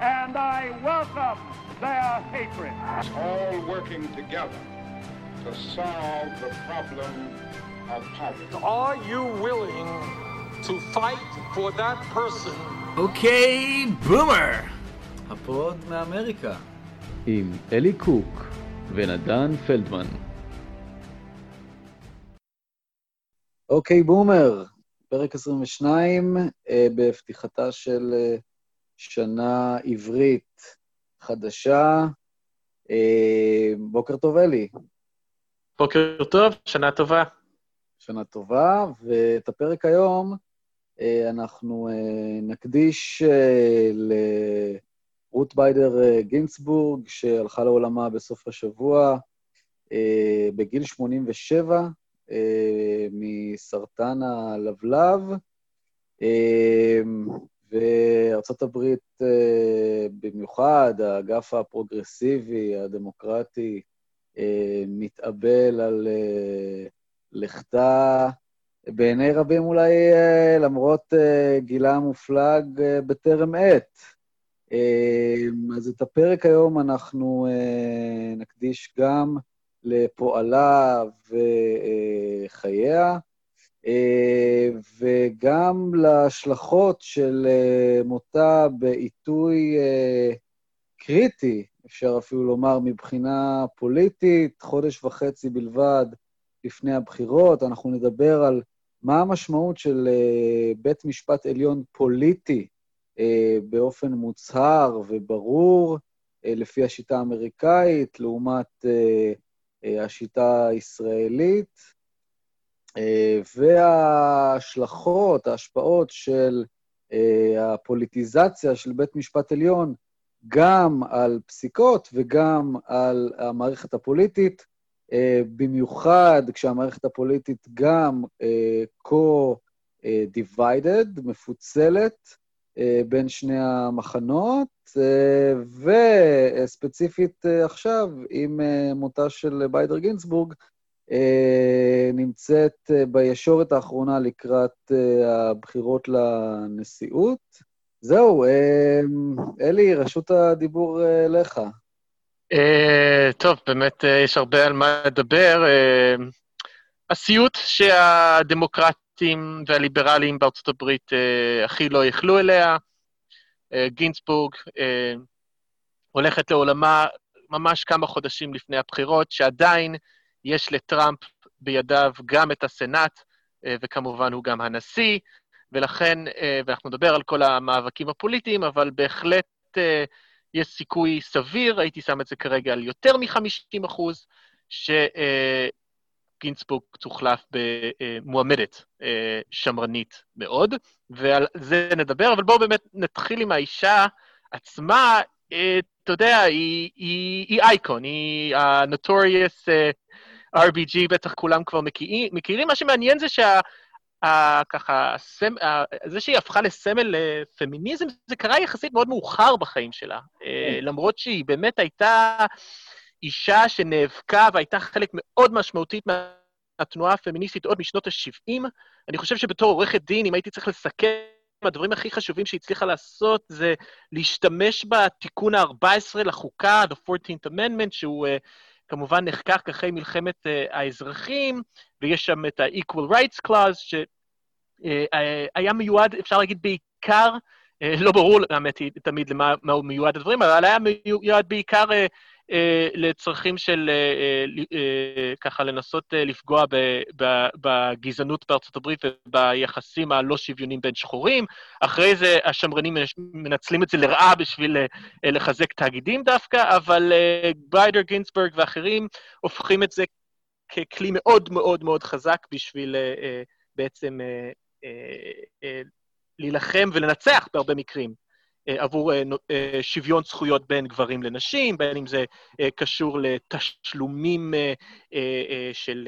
and I welcome their hatred. All working together to solve the problem of poverty. Are you willing to fight for that person? אוקיי, בומר! הפוד מאמריקה. עם אלי קוק ונדן פלדמן. אוקיי, בומר. פרק 22 בפתיחתה של שנה עברית חדשה. בוקר טוב, אלי. בוקר טוב, שנה טובה. שנה טובה, ואת הפרק היום אנחנו נקדיש לרות ביידר גינסבורג, שהלכה לעולמה בסוף השבוע בגיל 87, מסרטן הלבלב, וארצות הברית במיוחד, האגף הפרוגרסיבי, הדמוקרטי, מתאבל על לכתה, בעיני רבים אולי למרות גילה המופלג בטרם עת. אז את הפרק היום אנחנו נקדיש גם לפועלה וחייה, וגם להשלכות של מותה בעיתוי קריטי, אפשר אפילו לומר מבחינה פוליטית, חודש וחצי בלבד לפני הבחירות. אנחנו נדבר על מה המשמעות של בית משפט עליון פוליטי באופן מוצהר וברור, לפי השיטה האמריקאית, לעומת השיטה הישראלית, וההשלכות, ההשפעות של הפוליטיזציה של בית משפט עליון, גם על פסיקות וגם על המערכת הפוליטית, במיוחד כשהמערכת הפוליטית גם co-divided, מפוצלת בין שני המחנות, וספציפית עכשיו, עם מותה של ביידר גינסבורג, נמצאת בישורת האחרונה לקראת הבחירות לנשיאות. זהו, אלי, רשות הדיבור לך. טוב, באמת יש הרבה על מה לדבר. הסיוט שהדמוקרטים והליברלים בארצות הברית הכי לא יכלו אליה, גינסבורג הולכת לעולמה ממש כמה חודשים לפני הבחירות, שעדיין יש לטראמפ בידיו גם את הסנאט, וכמובן הוא גם הנשיא, ולכן, ואנחנו נדבר על כל המאבקים הפוליטיים, אבל בהחלט יש סיכוי סביר, הייתי שם את זה כרגע על יותר מ-50%, שגינסבורג תוחלף במועמדת שמרנית מאוד, ועל זה נדבר, אבל בואו באמת נתחיל עם האישה עצמה. אתה יודע, היא אייקון, היא ה-notorious RBG, בטח כולם כבר מכירים. מה שמעניין זה ככה, זה שהיא הפכה לסמל לפמיניזם, זה קרה יחסית מאוד מאוחר בחיים שלה, למרות שהיא באמת הייתה אישה שנאבקה, והייתה חלק מאוד משמעותית מהתנועה הפמיניסטית עוד משנות ה-70. אני חושב שבתור עורכת דין, אם הייתי צריך לסכם, הדברים הכי חשובים שהיא הצליחה לעשות, זה להשתמש בתיקון ה-14 לחוקה, the 14th Amendment, שהוא כמובן נחקק אחרי מלחמת האזרחים, ויש שם את ה-Equal Rights Clause, שהיה מיועד, אפשר להגיד בעיקר, לא ברור האמת היא תמיד למה הוא מיועד הדברים, אבל היה מיועד בעיקר לצרכים של ככה לנסות לפגוע בגזענות בארצות הברית וביחסים הלא שוויוניים בין שחורים. אחרי זה השמרנים מנצלים את זה לרעה בשביל לחזק תאגידים דווקא, אבל ביידר גינסבורג ואחרים הופכים את זה ככלי מאוד מאוד מאוד חזק בשביל בעצם להילחם ולנצח בהרבה מקרים עבור שוויון זכויות בין גברים לנשים, בין אם זה קשור לתשלומים של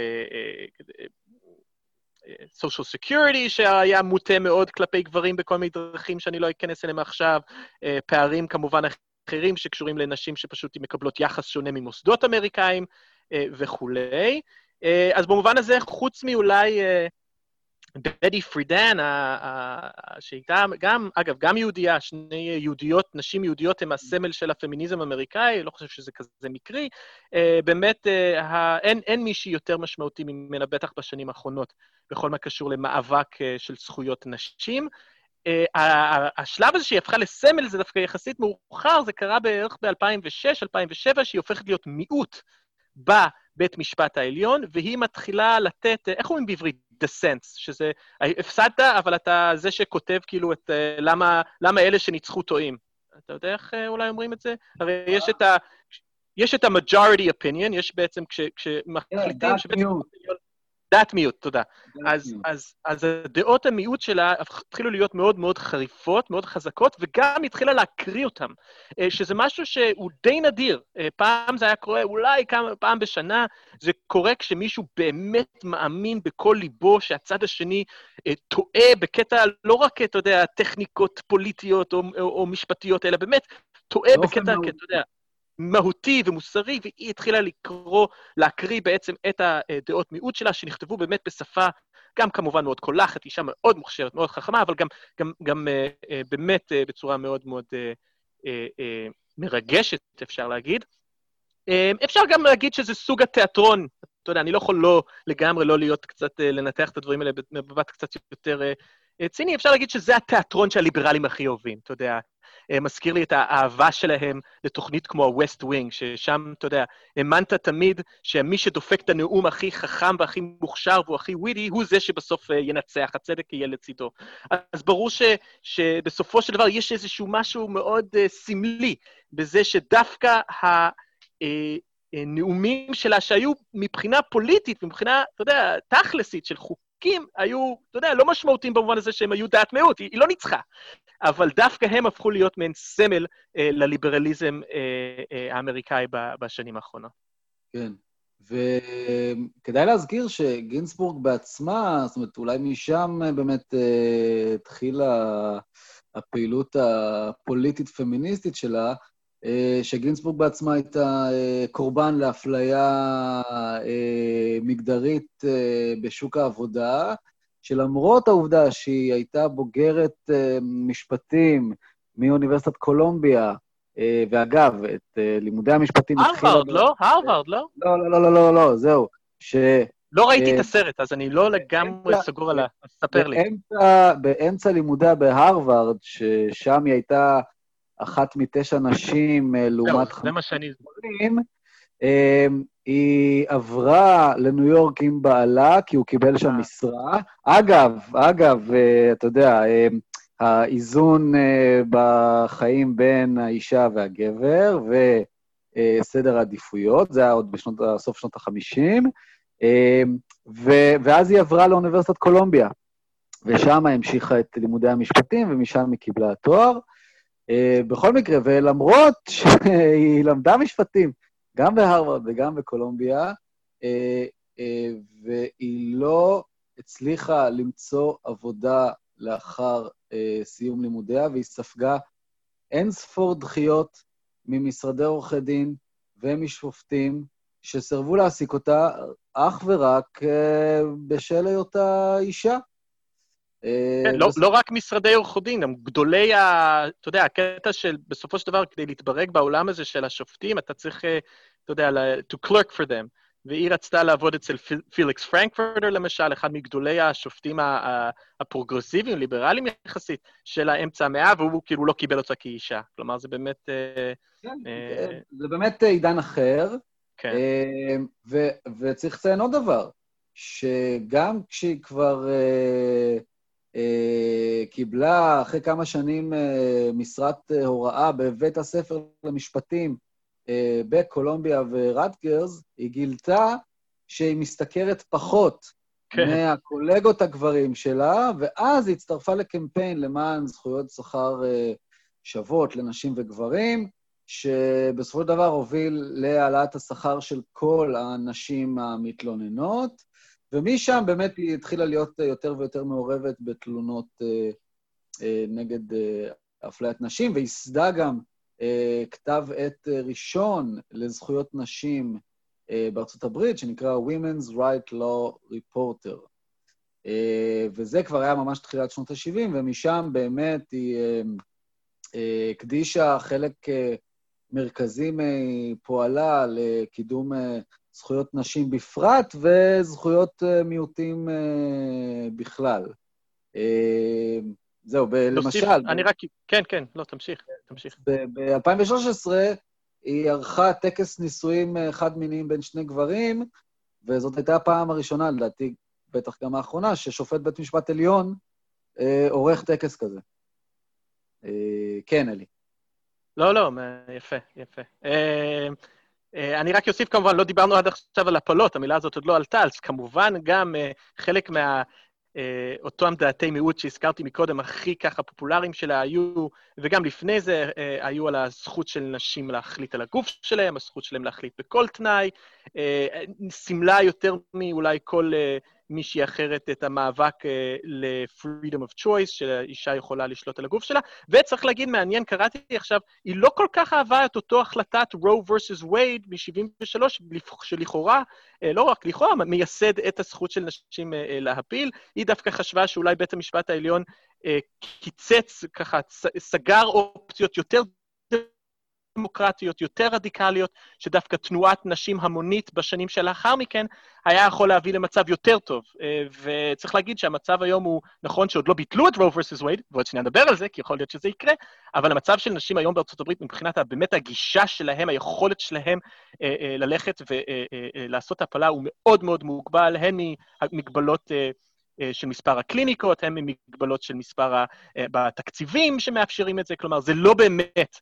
social security, שהיה מוטה מאוד כלפי גברים בכל מיני דרכים שאני לא אכנס אליהם עכשיו, פערים כמובן אחרים שקשורים לנשים שפשוט מקבלות יחס שונה ממוסדות אמריקאים וכו'. אז במובן הזה, חוץ מאולי בדי פרידן, שהייתה גם, אגב, גם יהודייה, שני יהודיות, נשים יהודיות הם הסמל של הפמיניזם האמריקאי, לא חושב שזה כזה מקרי, באמת אין מישהי יותר משמעותי ממנה, בטח בשנים האחרונות, בכל מה קשור למאבק של זכויות נשים. השלב הזה שהיא הפכה לסמל, זה דווקא יחסית מאוחר, זה קרה בערך ב-2006-2007, שהיא הופכת להיות מיעוט בבית משפט העליון, והיא מתחילה לתת, איך אומרים בעברית? דסנס, שזה, הפסדת, אבל אתה זה שכותב כאילו את למה אלה שניצחו טועים. אתה יודע איך אולי אומרים את זה? הרי יש את ה-majority opinion, יש בעצם כשמחליטים שבעצם... דעת מיעוט, תודה. אז הדעות המיעוט שלה התחילו להיות מאוד מאוד חריפות, מאוד חזקות, וגם התחילה להקריא אותם, שזה משהו שהוא די נדיר. פעם זה היה קורה, אולי פעם בשנה, זה קורה כשמישהו באמת מאמין בכל ליבו שהצד השני טועה בקטע, לא רק, אתה יודע, טכניקות פוליטיות או משפטיות, אלא באמת טועה בקטע, אתה יודע, מהותי ומוסרי, והיא התחילה להקריא בעצם את הדעות מיעוט שלה, שנכתבו באמת בשפה, גם כמובן מאוד קולחת, אישה מאוד מוכשרת, מאוד חכמה, אבל גם באמת בצורה מאוד מאוד מרגשת, אפשר להגיד. אפשר גם להגיד שזה סוג התיאטרון, אתה יודע, אני לא יכול לגמרי לא להיות קצת, לנתח את הדברים האלה במבט קצת יותר ציני, אפשר להגיד שזה התיאטרון שהליברלים הכי אוהבים, אתה יודע, מזכיר לי את האהבה שלהם לתוכנית כמו ה-West Wing, ששם, אתה יודע, האמנת תמיד שמי שדופק את הנאום הכי חכם והכי מוכשר והוא הכי ווידי, הוא זה שבסוף ינצח, הצדק יהיה לצידו. אז ברור שבסופו של דבר יש איזשהו משהו מאוד סמלי, בזה שדווקא הנאומים שלה, שהיו מבחינה פוליטית, מבחינה, אתה יודע, תכלסית של חוקים, היו, אתה יודע, לא משמעותיים במובן הזה שהם היו דעת מיעוט, היא לא ניצחה. אבל דווקא הם הפכו להיות מעין סמל לליברליזם האמריקאי בשנים האחרונות. כן, וכדאי להזכיר שגינסבורג בעצמה, זאת אומרת, אולי משם באמת התחילה הפעילות הפוליטית-פמיניסטית שלה, שגינסבורג בעצמה הייתה קורבן לאפליה מגדרית בשוק העבודה, שלמרות העובדה שהיא הייתה בוגרת משפטים מאוניברסיטת קולומביה, ואגב, את לימודי המשפטים התחילה... הרווארד, לא? לא, זהו. לא ראיתי את הסרט, אז אני לא לגמרי סגור על ספר לי. באמצע לימודיה בהרווארד, ששם היא הייתה אחת מ9 נשים לעומת 5 גברים, היא עברה לניו יורק עם בעלה, כי הוא קיבל שם משרה. אגב, אתה יודע, האיזון בחיים בין האישה והגבר, וסדר העדיפויות, זה היה עוד בסוף שנות ה-50, ואז היא עברה לאוניברסיטת קולומביה, ושם המשיכה את לימודי המשפטים, ומשם היא קיבלה התואר. בכל מקרה, ולמרות שהיא למדה משפטים, גם בהרווארד וגם בקולומביה, והיא לא הצליחה למצוא עבודה לאחר סיום לימודיה, והיא ספגה אין ספור דחיות ממשרדי עורכי דין ומשופטים, שסרבו להעסיק אותה אך ורק בשל היותה אישה. לא רק משרדי עורכי דין, גם גדולי, אתה יודע, הקטע של בסופו של דבר, כדי להתברג בעולם הזה של השופטים, אתה צריך, אתה יודע, to clerk for them. והיא רצתה לעבוד אצל פיליקס פרנקפורטר, למשל, אחד מגדולי השופטים הפרוגרסיביים, ליברליים יחסית, של האמצע המאה, והוא כאילו לא קיבל אותה כאישה. כלומר, זה באמת... זה באמת עידן אחר, וצריך לציין עוד דבר, שגם כשהיא כבר קיבלה אחרי כמה שנים משרת הוראה בבית הספר למשפטים, בקולומביה ורטגרס, היא גילתה שהיא משתכרת פחות מהקולגות הגברים שלה, ואז היא הצטרפה לקמפיין למען זכויות שכר שוות לנשים וגברים, שבסופו של דבר הוביל להעלאת השכר של כל הנשים המתלוננות, ומשם באמת היא התחילה להיות יותר ויותר מעורבת בתלונות נגד אפליית נשים, והסדה גם כתב עת ראשון לזכויות נשים בארצות הברית, שנקרא Women's Right Law Reporter. וזה כבר היה ממש תחילת שנות ה-70, ומשם באמת היא הקדישה חלק מרכזי מפועלה לקידום זכויות נשים בפרט, וזכויות מיעוטים בכלל. זהו, למשל... אני רק... כן, לא, תמשיך. ב-2013 היא ערכה טקס נישואים חד-מיניים בין שני גברים, וזאת הייתה הפעם הראשונה, לדעתי, בטח גם האחרונה, ששופט בית משפט עליון עורך טקס כזה. כן, אלי. לא, יפה. אני רק אוסיף, כמובן, לא דיברנו עד עכשיו על הפלות, המילה הזאת עוד לא עלתה, אז כמובן גם חלק אותם דעתי מיעוט שהזכרתי מקודם, הכי ככה פופולריים שלה היו, וגם לפני זה היו על הזכות של נשים להחליט על הגוף שלהם, הזכות שלהם להחליט בכל תנאי, סמלה יותר מאולי כל מישהי אחרת את המאבק ל-freedom of choice, שהאישה יכולה לשלוט על הגוף שלה, וצריך להגיד, מעניין, קראתי עכשיו, היא לא כל כך אהבה את אותו החלטת Roe versus Wade מ-73, שלכאורה, לא רק לכאורה, מייסד את הזכות של נשים להפיל, היא דווקא חשבה שאולי בית המשפט העליון קיצץ, ככה, סגר אופציות יותר דמוקרטיות, יותר רדיקליות, שדווקא תנועת נשים המונית בשנים שלאחר מכן, היה יכול להביא למצב יותר טוב. וצריך להגיד שהמצב היום הוא, נכון שעוד לא ביטלו את Roe versus Wade, ועוד שניה נדבר על זה, כי יכול להיות שזה יקרה, אבל המצב של נשים היום בארצות הברית, מבחינת באמת הגישה שלהם, היכולת שלהם ללכת ולעשות הפלה, הוא מאוד מאוד מוגבל, הן ממגבלות של מספר הקליניקות, הן ממגבלות של מספר בתקציבים שמאפשרים את זה, כלומר, זה לא באמת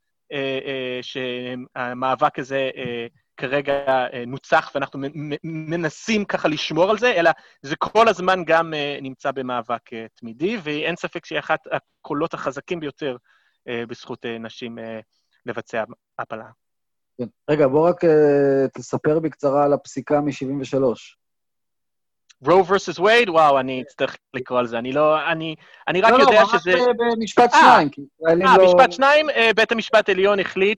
שהמאבק הזה כרגע נוצח, ואנחנו מנסים ככה לשמור על זה, אלא זה כל הזמן גם נמצא במאבק תמידי, ואין ספק שהיא אחת הקולות החזקים ביותר בזכות נשים לבצע הפלה. רגע, בוא רק תספר בקצרה על הפסיקה מ-73. Roe versus Wade, וואו, אני אצטרך לקרוא על זה, אני רק יודע שזה... לא, ממש במשפט שניים. משפט שניים, בית המשפט העליון החליט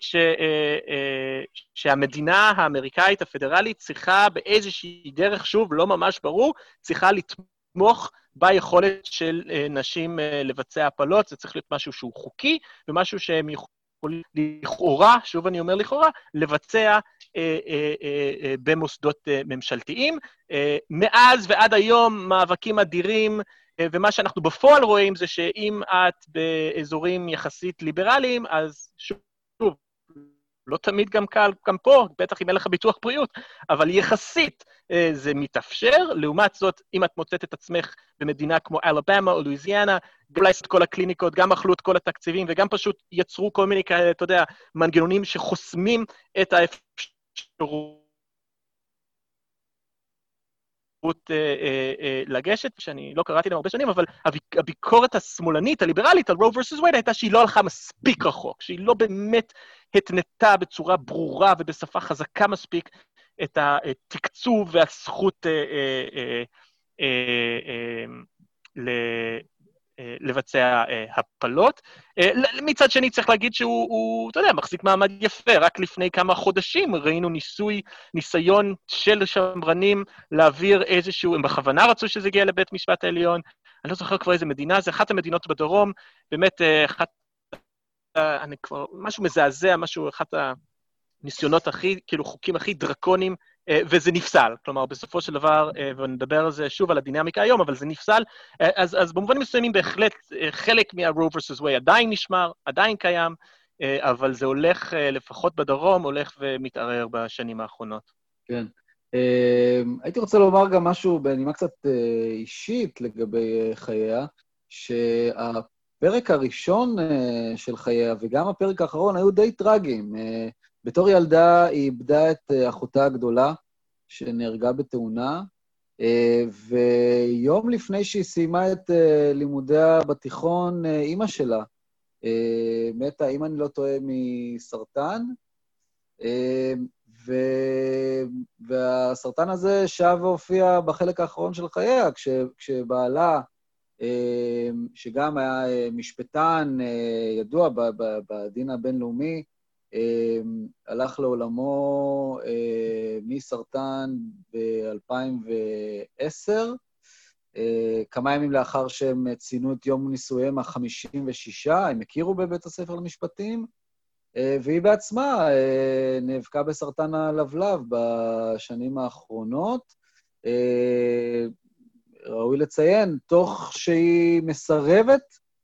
שהמדינה האמריקאית הפדרלית צריכה באיזושהי דרך, שוב, לא ממש ברור, צריכה לתמוך ביכולת של נשים לבצע הפלות, זה צריך להיות משהו שהוא חוקי, ומשהו שהם יכולים לכאורה, שוב אני אומר לכאורה, לבצע במוסדות ממשלתיים. מאז ועד היום מאבקים אדירים, ומה שאנחנו בפועל רואים זה שאם את באזורים יחסית ליברליים, אז שוב, לא תמיד גם קל, גם פה, בטח אם אין לך ביטוח בריאות, אבל יחסית זה מתאפשר. לעומת זאת, אם את מוצאת את עצמך במדינה כמו אלבמה או לואיזיאנה, גם לעשות כל הקליניקות, גם אכלו את כל התקציבים, וגם פשוט יצרו כל מיני כאלה, אתה יודע, מנגנונים שחוסמים את האפשרות לגשת, שאני לא קראתי להם הרבה שנים, אבל הביקורת השמאלנית, הליברלית, על Roe versus Wade, הייתה שהיא לא הלכה מספיק רחוק, שהיא לא באמת התנתה בצורה ברורה ובשפה חזקה מספיק את התקצוב והזכות לבצע הפלות. מצד שני צריך להגיד שהוא, אתה יודע, מחזיק מעמד יפה. רק לפני כמה חודשים ראינו ניסיון של שמרנים להעביר איזשהו, הם בכוונה רצו שזה יגיע לבית משפט העליון, אני לא זוכר כבר איזה מדינה, זה אחת המדינות בדרום, באמת משהו מזעזע, אחת הניסיונות הכי, כאילו חוקים הכי דרקונים, וזה נפסל. כלומר, בסופו של דבר, ונדבר על זה שוב, על הדינמיקה היום, אבל זה נפסל. אז במובנים מסוימים בהחלט חלק מה-Roe versus Wade עדיין נשמר, עדיין קיים, אבל זה הולך, לפחות בדרום, הולך ומתערער בשנים האחרונות. כן. הייתי רוצה לומר גם משהו בנימה קצת אישית לגבי חייה, שהפרק הראשון של חייה וגם הפרק האחרון היו די טרגיים. בתור ילדה היא איבדה את אחותה הגדולה, שנהרגה בתאונה, ויום לפני שהיא סיימה את לימודיה בתיכון, אמא שלה מתה, אם אני לא טועה, מסרטן, והסרטן הזה שב והופיע בחלק האחרון של חייה, כשבעלה, שגם היה משפטן ידוע בדין הבינלאומי, הלך לעולמו מסרטן ב-2010, כמה ימים לאחר שהם ציינו את יום נישואיהם ה-56, הם הכירו בבית הספר למשפטים, והיא בעצמה נאבקה בסרטן הלבלב בשנים האחרונות. ראוי לציין, תוך שהיא מסרבת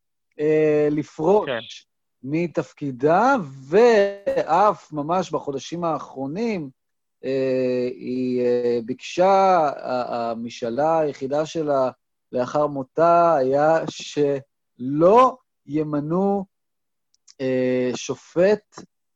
לפרוש מתפקידה, ואף ממש בחודשים האחרונים, היא ביקשה, המשאלה היחידה שלה לאחר מותה היה שלא ימנו שופט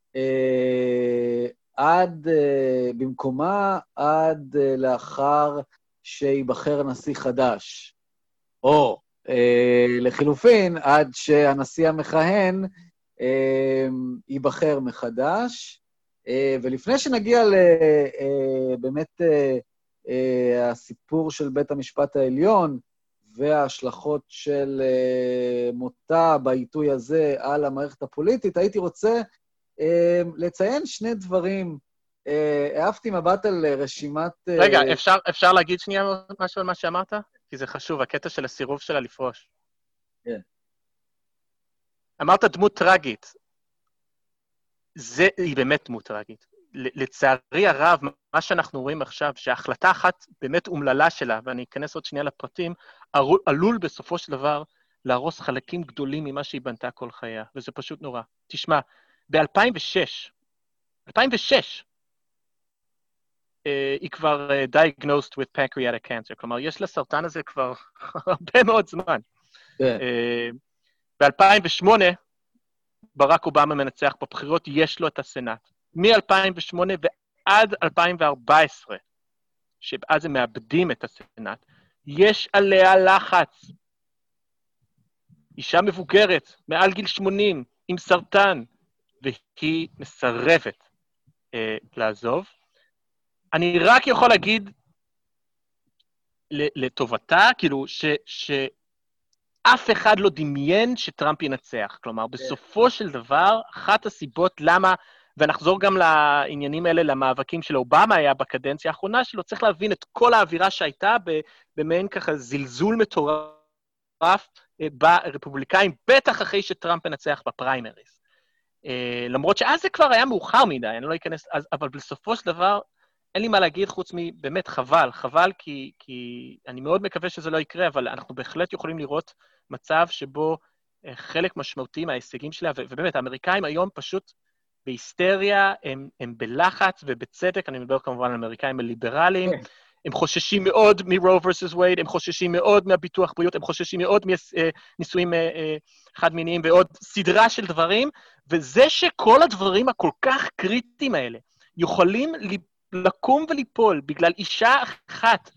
במקומה עד לאחר שיבחר נשיא חדש, או לחילופין, עד שהנשיא המכהן ייבחר מחדש. ולפני שנגיע באמת הסיפור של בית המשפט העליון וההשלכות של מותה בעיתוי הזה על המערכת הפוליטית, הייתי רוצה לציין שני דברים. העפתי מבט על רשימת... רגע, אפשר להגיד שנייה משהו על מה שאמרת? כי זה חשוב, הקטע של הסירוב שלה לפרוש. כן. אמרת דמות טרגית. היא באמת דמות טרגית. לצערי הרב, מה שאנחנו רואים עכשיו, שההחלטה אחת באמת אומללה שלה, ואני אכנס עוד שנייה לפרטים, עלול בסופו של דבר להרוס חלקים גדולים ממה שהיא בנתה כל חייה, וזה פשוט נורא. תשמע, ב-2006, היא כבר diagnosed with pancreatic cancer, כלומר, יש לה סרטן הזה כבר הרבה מאוד זמן. ב-2008, ברק אובמה מנצח בבחירות, יש לו את הסנאט. מ-2008 ועד 2014, שאז הם מאבדים את הסנאט, יש עליה לחץ. אישה מבוגרת, מעל גיל 80, עם סרטן, והיא מסרבת לעזוב. אני רק יכול להגיד לטובתה, כאילו, אף אחד לא דמיין שטראמפ ינצח. כלומר, בסופו של דבר, אחת הסיבות למה, ונחזור גם לעניינים האלה, למאבקים של אובמה היה בקדנציה האחרונה שלו, צריך להבין את כל האווירה שהייתה במעין ככה זלזול מטורף ברפובליקאים, בטח אחרי שטראמפ ינצח בפריימריז. למרות שאז זה כבר היה מאוחר מדי, אני לא אכנס, אבל בסופו של דבר, אין לי מה להגיד חוץ מבאמת חבל, כי אני מאוד מקווה שזה לא יקרה, אבל אנחנו בהחלט יכולים לראות מצב שבו חלק משמעותי מההישגים שלה, ובאמת, האמריקאים היום פשוט בהיסטריה, הם בלחץ ובצדק, אני מדבר כמובן על האמריקאים הליברליים, הם חוששים מאוד מרו versus וייד, הם חוששים מאוד מהביטוח בריאות, הם חוששים מאוד מנישואים חד-מיניים ועוד סדרה של דברים, וזה שכל הדברים הכל כך קריטיים האלה יכולים לקום וליפול בגלל אישה אחת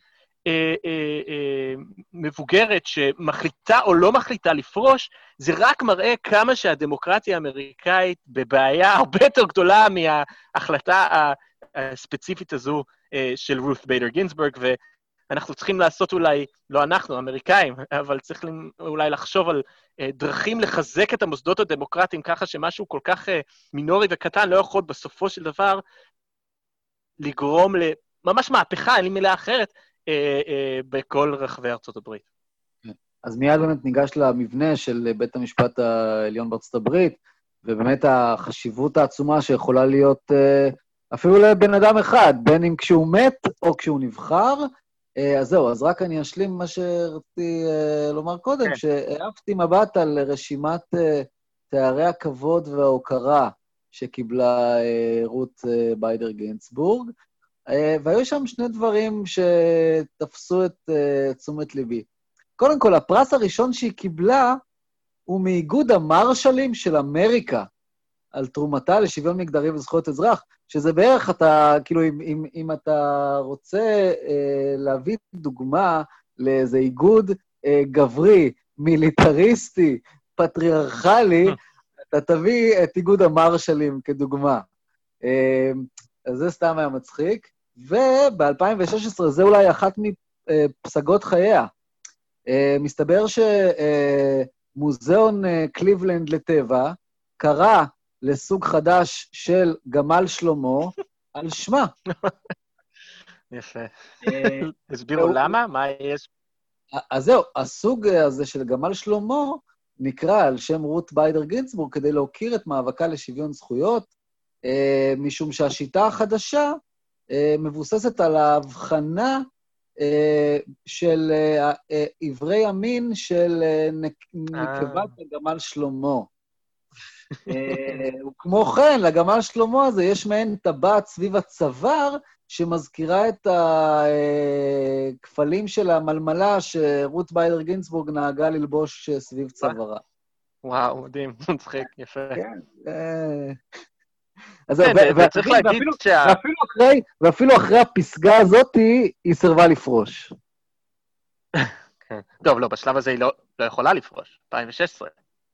מבוגרת שמחליטה או לא מחליטה לפרוש, זה רק מראה כמה שהדמוקרטיה האמריקאית בבעיה הרבה יותר גדולה מההחלטה הספציפית הזו של רות ביידר גינסברג, ואנחנו צריכים לעשות אולי, לא אנחנו, האמריקאים, אבל צריך אולי לחשוב על דרכים לחזק את המוסדות הדמוקרטיים ככה שמשהו כל כך מינורי וקטן לא יכול בסופו של דבר לגרום לממש מהפכה, אין לי מילה אחרת, בכל רחבי ארצות הברית. אז מיד באמת ניגש למבנה של בית המשפט העליון בארצות הברית, ובאמת החשיבות העצומה שיכולה להיות אפילו לבן אדם אחד, בין אם כשהוא מת או כשהוא נבחר. אז זהו, אז רק אני אשלים מה שרציתי לומר קודם, שהעפתי מבט על רשימת תארי הכבוד וההוקרה שקיבלה רות ביידר גינסבורג, והיו שם שני דברים שתפסו את תשומת ליבי. קודם כל, הפרס הראשון שהיא קיבלה הוא מאיגוד המרשלים של אמריקה, על תרומתה לשוויון מגדרי וזכויות אזרח, שזה בערך, כאילו, אם אתה רוצה להביא דוגמה לאיזה איגוד גברי, מיליטריסטי, פטריארכלי, אתה תביא את איגוד המרשלים כדוגמה. אז זה סתם היה מצחיק. וב-2016, זה אולי אחת מפסגות חייה. מסתבר שמוזיאון קליבלנד לטבע קרא לסוג חדש של גמל שלמה על שמה. יפה. הסבירו למה? מה יש? אז זהו, הסוג הזה של גמל שלמה נקרא על שם רות ביידר גינסבורג כדי להוקיר את מאבקה לשוויון זכויות, משום שהשיטה החדשה מבוססת על ההבחנה של עברי המין של נקבת הגמל שלמה. וכמו כן, לגמל שלמה הזה יש מעין טבעת סביב הצוואר, שמזכירה את הכפלים של המלמלה שרות ביידר גינסבורג נהגה ללבוש סביב צווארה. וואו, מדהים, מצחיק, יפה. כן. ואפילו אחרי הפסגה הזאת, היא סירבה לפרוש. טוב, לא, בשלב הזה היא לא יכולה לפרוש, 2016.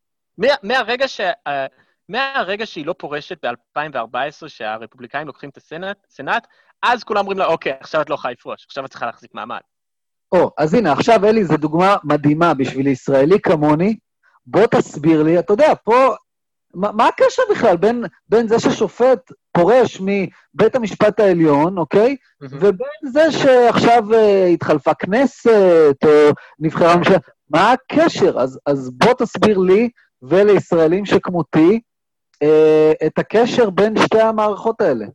מהרגע שהיא לא פורשת ב-2014, שהרפובליקאים לוקחים את הסנאט, אז כולם אומרים לה, אוקיי, עכשיו את לא יכולה לפרוש, עכשיו את צריכה להחזיק מעמד. אז הנה, עכשיו אלי, זו דוגמה מדהימה בשביל ישראלי כמוני. בוא תסביר לי, אתה יודע, פה, מה הקשר בכלל בין זה ששופט פורש מבית המשפט העליון, אוקיי? ובין זה שעכשיו התחלפה כנסת, או נבחרה ממשלה, מה הקשר? אז בוא תסביר לי ולישראלים שכמותי את הקשר בין שתי המערכות האלה.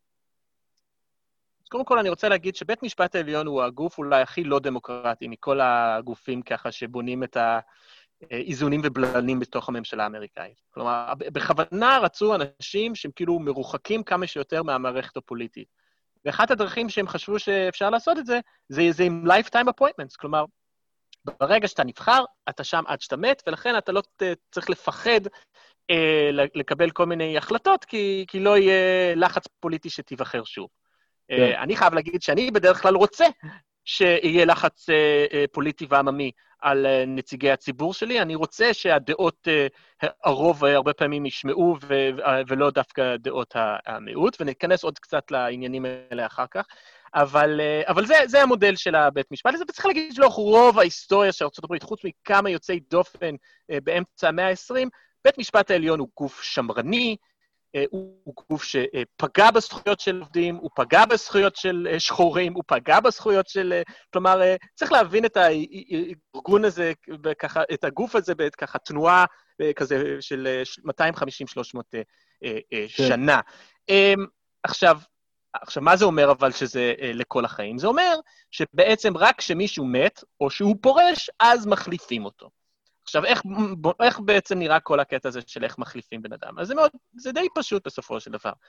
קודם כל, אני רוצה להגיד שבית משפט העליון הוא הגוף אולי הכי לא דמוקרטי מכל הגופים ככה שבונים את האיזונים ובלמים בתוך הממשלה האמריקאית. כלומר, בכוונה רצו אנשים שהם כאילו מרוחקים כמה שיותר מהמערכת הפוליטית. ואחת הדרכים שהם חשבו שאפשר לעשות את זה, זה עם lifetime appointments. כלומר, ברגע שאתה נבחר, אתה שם עד שאתה מת, ולכן אתה לא צריך לפחד לקבל כל מיני החלטות, כי לא יהיה לחץ פוליטי שתיבחר שוב. אני חייב להגיד שאני בדרך כלל רוצה שיהיה לחץ פוליטי ועממי על נציגי הציבור שלי. אני רוצה שהדעות, הרוב הרבה פעמים ישמעו, ולא דווקא דעות המיעוט, וניכנס עוד קצת לעניינים האלה אחר כך. אבל זה המודל של הבית משפט. וצריך להגיד שלא רוב ההיסטוריה של ארצות הברית, חוץ מכמה יוצאי דופן באמצע המאה ה-20, בית משפט העליון הוא גוף שמרני, הוא גוף שפגע בזכויות של עובדים, הוא פגע בזכויות של שחורים, הוא פגע בזכויות של... כלומר, צריך להבין את הארגון הזה, את הגוף הזה, ככה תנועה כזה של 250-300 שנה. עכשיו, מה זה אומר אבל שזה לכל החיים? זה אומר שבעצם רק כשמישהו מת, או שהוא פורש, אז מחליפים אותו. עכשיו, איך בעצם נראה כל הקטע הזה של איך מחליפים בן אדם? אז זה די פשוט בסופו של דבר.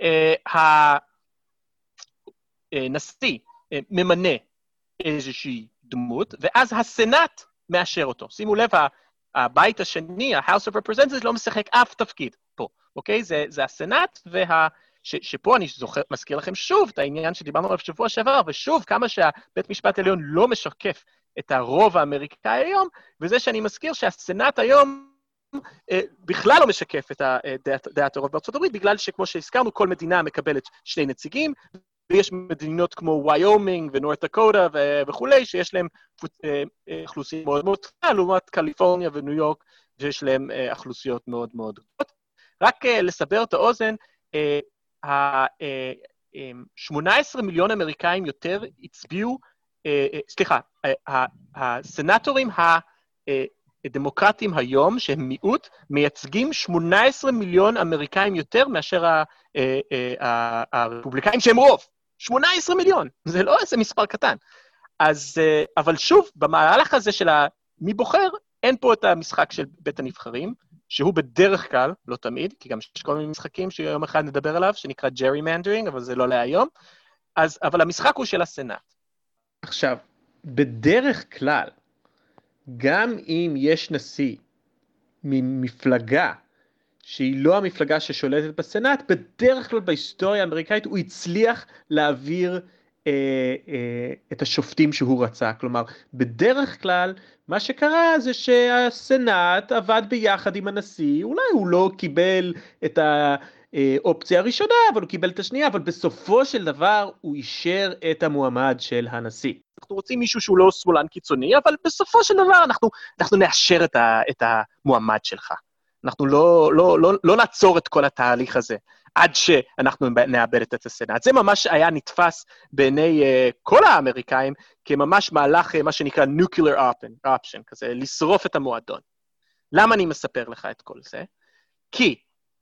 הנשיא ממנה איזושהי דמות, ואז הסנאט מאשר אותו. שימו לב, הבית השני, ה-House of Representatives, לא משחק אף תפקיד פה, אוקיי? זה הסנאט, שפה אני מזכיר לכם שוב את העניין שדיברנו עליו שבוע שעבר, ושוב, כמה שהבית משפט העליון לא משקף את הרוב האמריקאי היום, וזה שאני מזכיר שהסנאט היום בכלל לא משקף את דעת הרוב בארצות הברית, בגלל שכמו שהזכרנו, כל מדינה מקבלת שני נציגים, ויש מדינות כמו ויומינג ונורת' דקוטה וכולי, שיש להם אוכלוסיות מאוד מאוד קטנה, לעומת קליפורניה וניו יורק, שיש להם אוכלוסיות מאוד מאוד גדולות. רק לסבר את האוזן, 18 מיליון אמריקאים יותר הצביעו, סליחה, הסנטורים הדמוקרטים היום, שהם מיעוט, מייצגים 18 מיליון אמריקאים יותר מאשר הרפובליקאים שהם רוב. 18 מיליון, זה לא איזה מספר קטן. אבל שוב, במהלך הזה של מי בוחר, אין פה את המשחק של בית הנבחרים, שהוא בדרך כלל, לא תמיד, כי גם יש כל מיני משחקים שיום אחד נדבר עליו, שנקרא gerrymandering, אבל זה לא להיום, אבל המשחק הוא של הסנאט. עכשיו, בדרך כלל, גם אם יש נשיא ממפלגה שהיא לא המפלגה ששולטת בסנאט, בדרך כלל בהיסטוריה האמריקאית הוא הצליח להעביר את השופטים שהוא רצה. כלומר, בדרך כלל מה שקרה זה שהסנאט עבד ביחד עם הנשיא, אולי הוא לא קיבל את האופציה הראשונה, אבל הוא קיבל את השנייה, אבל בסופו של דבר הוא אישר את המועמד של הנשיא. אנחנו רוצים מישהו שהוא לא שמאלן קיצוני, אבל בסופו של דבר אנחנו נאשר את המועמד שלך. אנחנו לא נעצור את כל התהליך הזה עד שאנחנו נאבד את הסנאט. זה ממש היה נתפס בעיני כל האמריקאים, כממש מהלך, מה שנקרא nuclear option, כזה, לשרוף את המועדון. למה אני מספר לך את כל זה? כי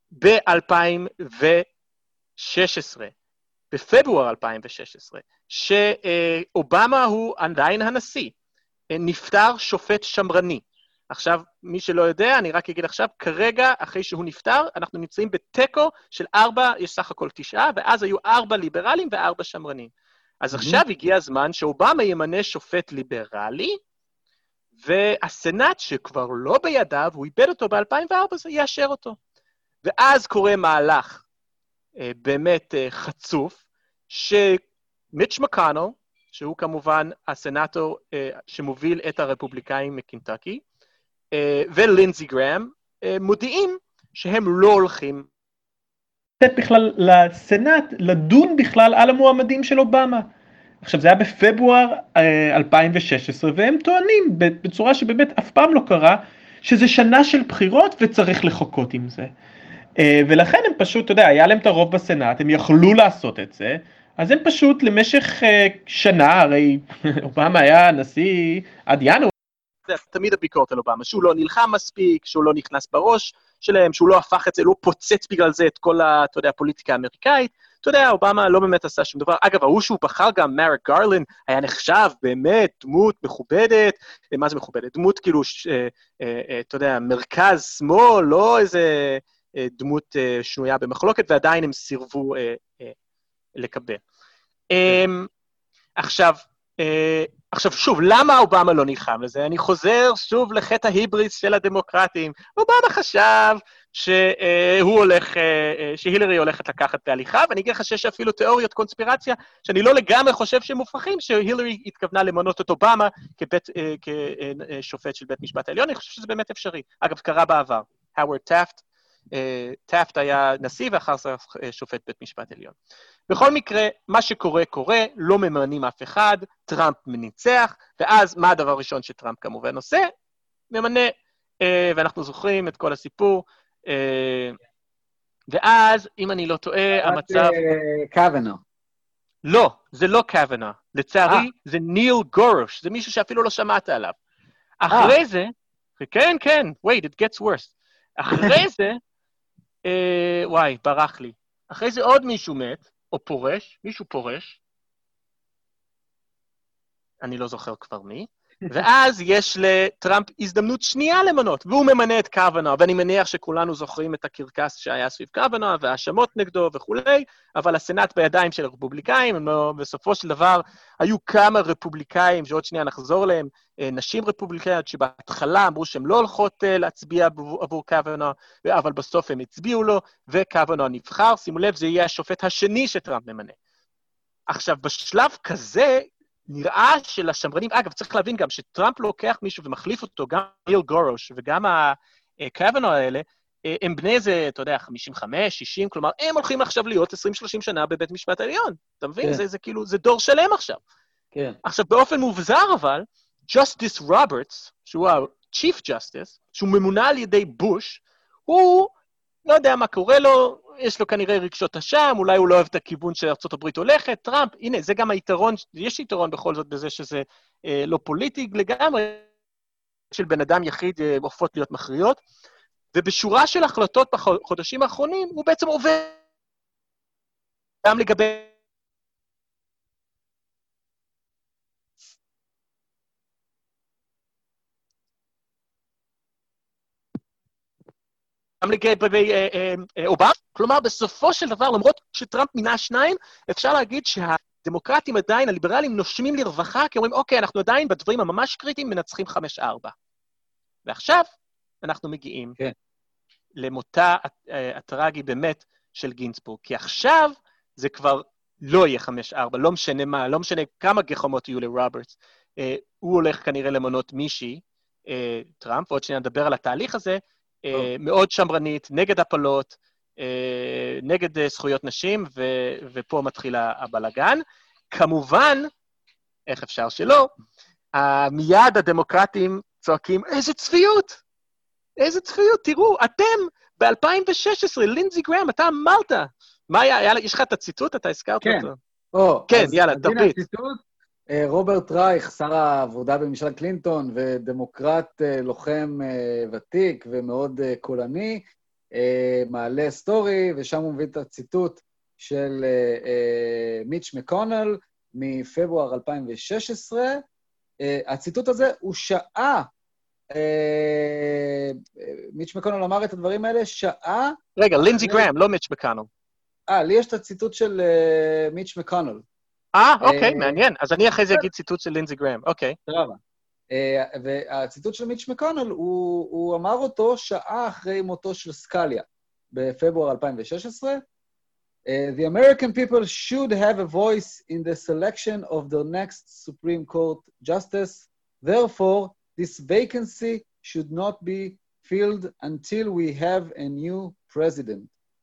ב-2016, בפברואר 2016, שאובמה הוא עדיין הנשיא, נפטר שופט שמרני. עכשיו, מי שלא יודע, אני רק אגיד עכשיו, כרגע, אחרי שהוא נפטר, אנחנו נמצאים בטקו של 4, יש סך הכל 9, ואז היו 4 ליברלים ו4 שמרנים. אז עכשיו הגיע הזמן שאובמה ימנה שופט ליברלי, והסנאט שכבר לא בידיו, הוא איבד אותו ב-2004, זה יאשר אותו. ואז קורה מהלך באמת חצוף, שמיץ' מקונל, שהוא כמובן הסנאטור שמוביל את הרפובליקאים מקנטקי, ולינזי גראם, מודיעים שהם לא הולכים. בכלל לסנאט לדון בכלל על המועמדים של אובמה. עכשיו זה היה בפברואר 2016, והם טוענים בצורה שבאמת אף פעם לא קרה, שזה שנה של בחירות וצריך לחכות עם זה. ולכן הם פשוט, אתה יודע, היה להם את הרוב בסנאט, הם יכלו לעשות את זה, אז הם פשוט למשך שנה, הרי אובמה היה נשיא עד ינואר. זה תמיד הביקורת על אובמה, שהוא לא נלחם מספיק, שהוא לא נכנס בראש שלהם, שהוא לא הפך את זה, לא פוצץ בגלל זה את כל, אתה יודע, הפוליטיקה האמריקאית. אתה יודע, אובמה לא באמת עשה שום דבר. אגב, ההוא שהוא בחר גם, מריק גרלנד, היה נחשב באמת דמות מכובדת, מה זה מכובדת? דמות כאילו, אתה יודע, מרכז שמאל, לא איזה דמות שנויה במחלוקת, ועדיין הם סירבו לקבל. עכשיו שוב, למה אובמה לא נלחם לזה? אני חוזר שוב לחטא ההיבריס של הדמוקרטים. אובמה חשב שהילרי הולכת לקחת בהליכה, ואני אגיד לך שיש אפילו תיאוריות קונספירציה, שאני לא לגמרי חושב שהם מופרכים, שהילרי התכוונה למנות את אובמה כשופט של בית משפט העליון. אני חושב שזה באמת אפשרי. אגב, קרה בעבר. האוורד טאפט היה נשיא ואחר זה שופט בית משפט עליון. בכל מקרה, מה שקורה קורה, לא ממנים אף אחד, טראמפ מניצח, ואז מה הדבר הראשון שטראמפ כמובן עושה? ממנה, ואנחנו זוכרים את כל הסיפור, ואז, אם אני לא טועה, המצב... קוונו. לא, זה לא קוונו. לצערי, זה ניל גורוש, זה מישהו שאפילו לא שמעת עליו. אחרי זה, כן, wait, it gets worse. אחרי זה, וואי, ברח לי. אחרי זה עוד מישהו מת, או פורש, מישהו פורש, אני לא זוכר כבר מי, ואז יש לטראמפ הזדמנות שנייה למנות, והוא ממנה את קוונו, ואני מניח שכולנו זוכרים את הקרקס שהיה סביב קוונו, והאשמות נגדו וכולי, אבל הסנאט בידיים של הרפובליקאים, בסופו של דבר היו כמה רפובליקאים, שעוד שנייה נחזור להם, נשים רפובליקאיות שבהתחלה אמרו שהם לא הולכות להצביע עבור קוונו, אבל בסוף הם הצביעו לו, וקוונו נבחר, שימו לב, זה יהיה השופט השני שטראמפ ממנה. עכשיו, בשלב כזה, נראה שלשמרנים, אגב, צריך להבין גם שטראמפ לוקח מישהו ומחליף אותו, גם ניל גורוש וגם הקוונו האלה, הם בני איזה, אתה יודע, 55, 60, כלומר, הם הולכים עכשיו להיות 20-30 שנה בבית משפט העליון. אתה מבין? כן. זה כאילו, זה דור שלם עכשיו. כן. עכשיו, באופן מובזר אבל, Justice Roberts, שהוא ה-Chief Justice, שהוא ממונה על ידי בוש, הוא לא יודע מה קורה לו, יש לו כנראה רגשות אשם, אולי הוא לא אוהב את הכיוון שארצות הברית הולכת, טראמפ, הנה, זה גם היתרון, יש יתרון בכל זאת בזה שזה לא פוליטי לגמרי, של בן אדם יחיד הופכות להיות מכריעות, ובשורה של החלטות בחודשים האחרונים, הוא בעצם עובד גם לגבי... גם לגבי אובמה, כלומר, בסופו של דבר, למרות שטראמפ מינה שניים, אפשר להגיד שהדמוקרטים עדיין, הליברלים, נושמים לרווחה, כי אומרים, אוקיי, אנחנו עדיין בדברים הממש קריטיים, מנצחים 5-4. ועכשיו, אנחנו מגיעים למותה הטרגי באמת של גינסבורג, כי עכשיו זה כבר לא יהיה 5-4, לא משנה מה, לא משנה כמה גחמות יהיו לרוברטס, הוא הולך כנראה למנות מישהי, טראמפ, ועוד שניה נדבר על התהליך הזה, מאוד שמרנית, נגד הפלות, נגד זכויות נשים, ופה מתחיל הבלגן. כמובן, איך אפשר שלא, מיד הדמוקרטים צועקים, איזה צפיות, תראו, אתם ב-2016, לינזי גראם, אתה אמרת, מה היה, יש לך את הציטוט, אתה הזכרת כן. אותו? כן, יאללה, תרביץ. רוברט רייך, שר העבודה בממשל קלינטון, ודמוקרט לוחם ותיק ומאוד קולני, מעלה סטורי, ושם הוא מביא את הציטוט של מיץ' מקונל מפברואר 2016. הציטוט הזה הוא שעה, מיץ' מקונל אמר את הדברים האלה, שעה... רגע, לינזי גראם, לא מיץ' מקונל. לי יש את הציטוט של מיץ' מקונל. אוקיי, מעניין. אז אני אחרי זה אגיד ציטוט של לינזי גראם, אוקיי. סבבה. והציטוט של מיץ' מקונל, הוא אמר אותו שעה אחרי מותו של סקליה, בפברואר 2016. The American people should have a voice in the selection of the next Supreme Court justice. Therefore, this vacancy should not be filled until we have a new president.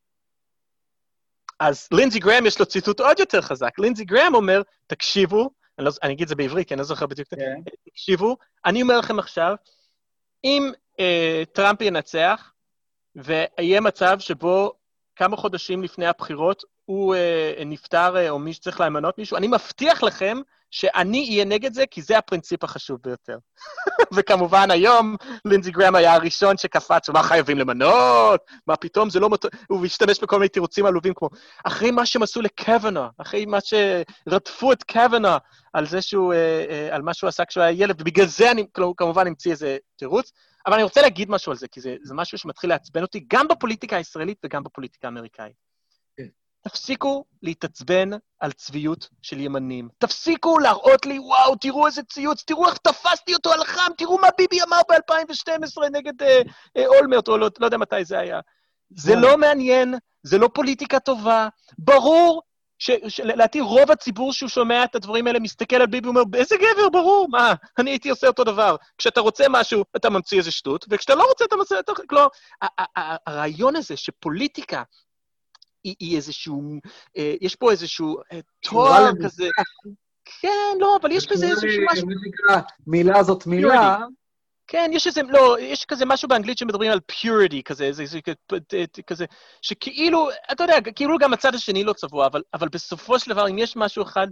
אז לינזי גראם יש לו ציטוט עוד יותר חזק. לינזי גראם אומר, תקשיבו, אני אגיד את זה בעברית, כי אני לא זוכר בדיוק, תקשיבו, אני אומר לכם עכשיו, אם טראמפ ינצח, ויהיה מצב שבו כמה חודשים לפני הבחירות, הוא נפטר, או מי שצריך להימנות מישהו, אני מבטיח לכם שאני אהיה נגד זה, כי זה הפרינציפ החשוב ביותר. וכמובן היום, לינזי גראם היה הראשון שקפץ, מה חייבים למנות? מה פתאום? זה לא הוא השתמש בכל מיני תירוצים עלובים, כמו, אחרי מה שהם עשו לקוונה, אחרי מה שרדפו את קוונה, על זה שהוא, על מה שהוא עשה כשהוא היה ילד, ובגלל זה אני כמובן אמציא איזה תירוץ, אבל אני רוצה להגיד משהו על זה, כי זה משהו שמתחיל לעצבן אותי, גם בפוליטיקה הישראלית וגם בפוליטיקה האמריקאית. תפסיקו להתעצבן על צביעות של ימנים. תפסיקו להראות לי, וואו, תראו איזה ציוץ, תראו איך תפסתי אותו על חם, תראו מה ביבי אמר ב-2012 נגד אולמרט, או לא יודע מתי זה היה. זה לא מעניין, זה לא פוליטיקה טובה. ברור שלדעתי רוב הציבור שהוא שומע את הדברים האלה מסתכל על ביבי ואומר, איזה גבר, ברור, מה? אני הייתי עושה אותו דבר. כשאתה רוצה משהו, אתה ממציא איזה שטות, וכשאתה לא רוצה, אתה ממציא... כלומר, הרעיון הזה שפוליטיקה היא איזשהו, יש פה איזשהו תואר כזה, כן, לא, אבל יש בזה איזשהו משהו. מילה זאת מילה. כן, יש איזה, לא, יש כזה משהו באנגלית שמדברים על purity כזה, שכאילו, אתה יודע, כאילו גם הצד השני לא צבוע, אבל בסופו של דבר, אם יש משהו אחד,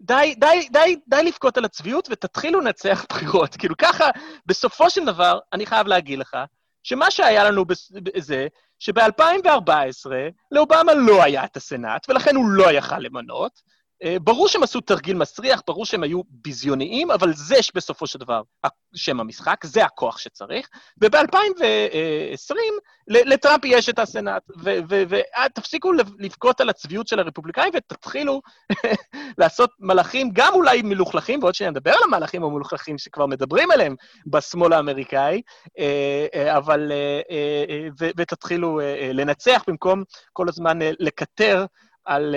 די לבכות על הצביעות, ותתחילו לנצח בחירות. כאילו ככה, בסופו של דבר, אני חייב להגיד לך, שמה שהיה לנו בזה, שב-2014 לאובמה לא היה את הסנאט, ולכן הוא לא יכל למנות. ברור שהם עשו תרגיל מסריח, ברור שהם היו ביזיוניים, אבל זה בסופו של דבר שם המשחק, זה הכוח שצריך. וב-2020 לטראמפ יש את הסנאט, ותפסיקו לבכות על הצביעות של הרפובליקאים, ותתחילו לעשות מלאכים, גם אולי מלוכלכים, ועוד שניה נדבר על המלאכים המלוכלכים שכבר מדברים עליהם בשמאל האמריקאי, אבל, ותתחילו לנצח במקום כל הזמן לקטר, על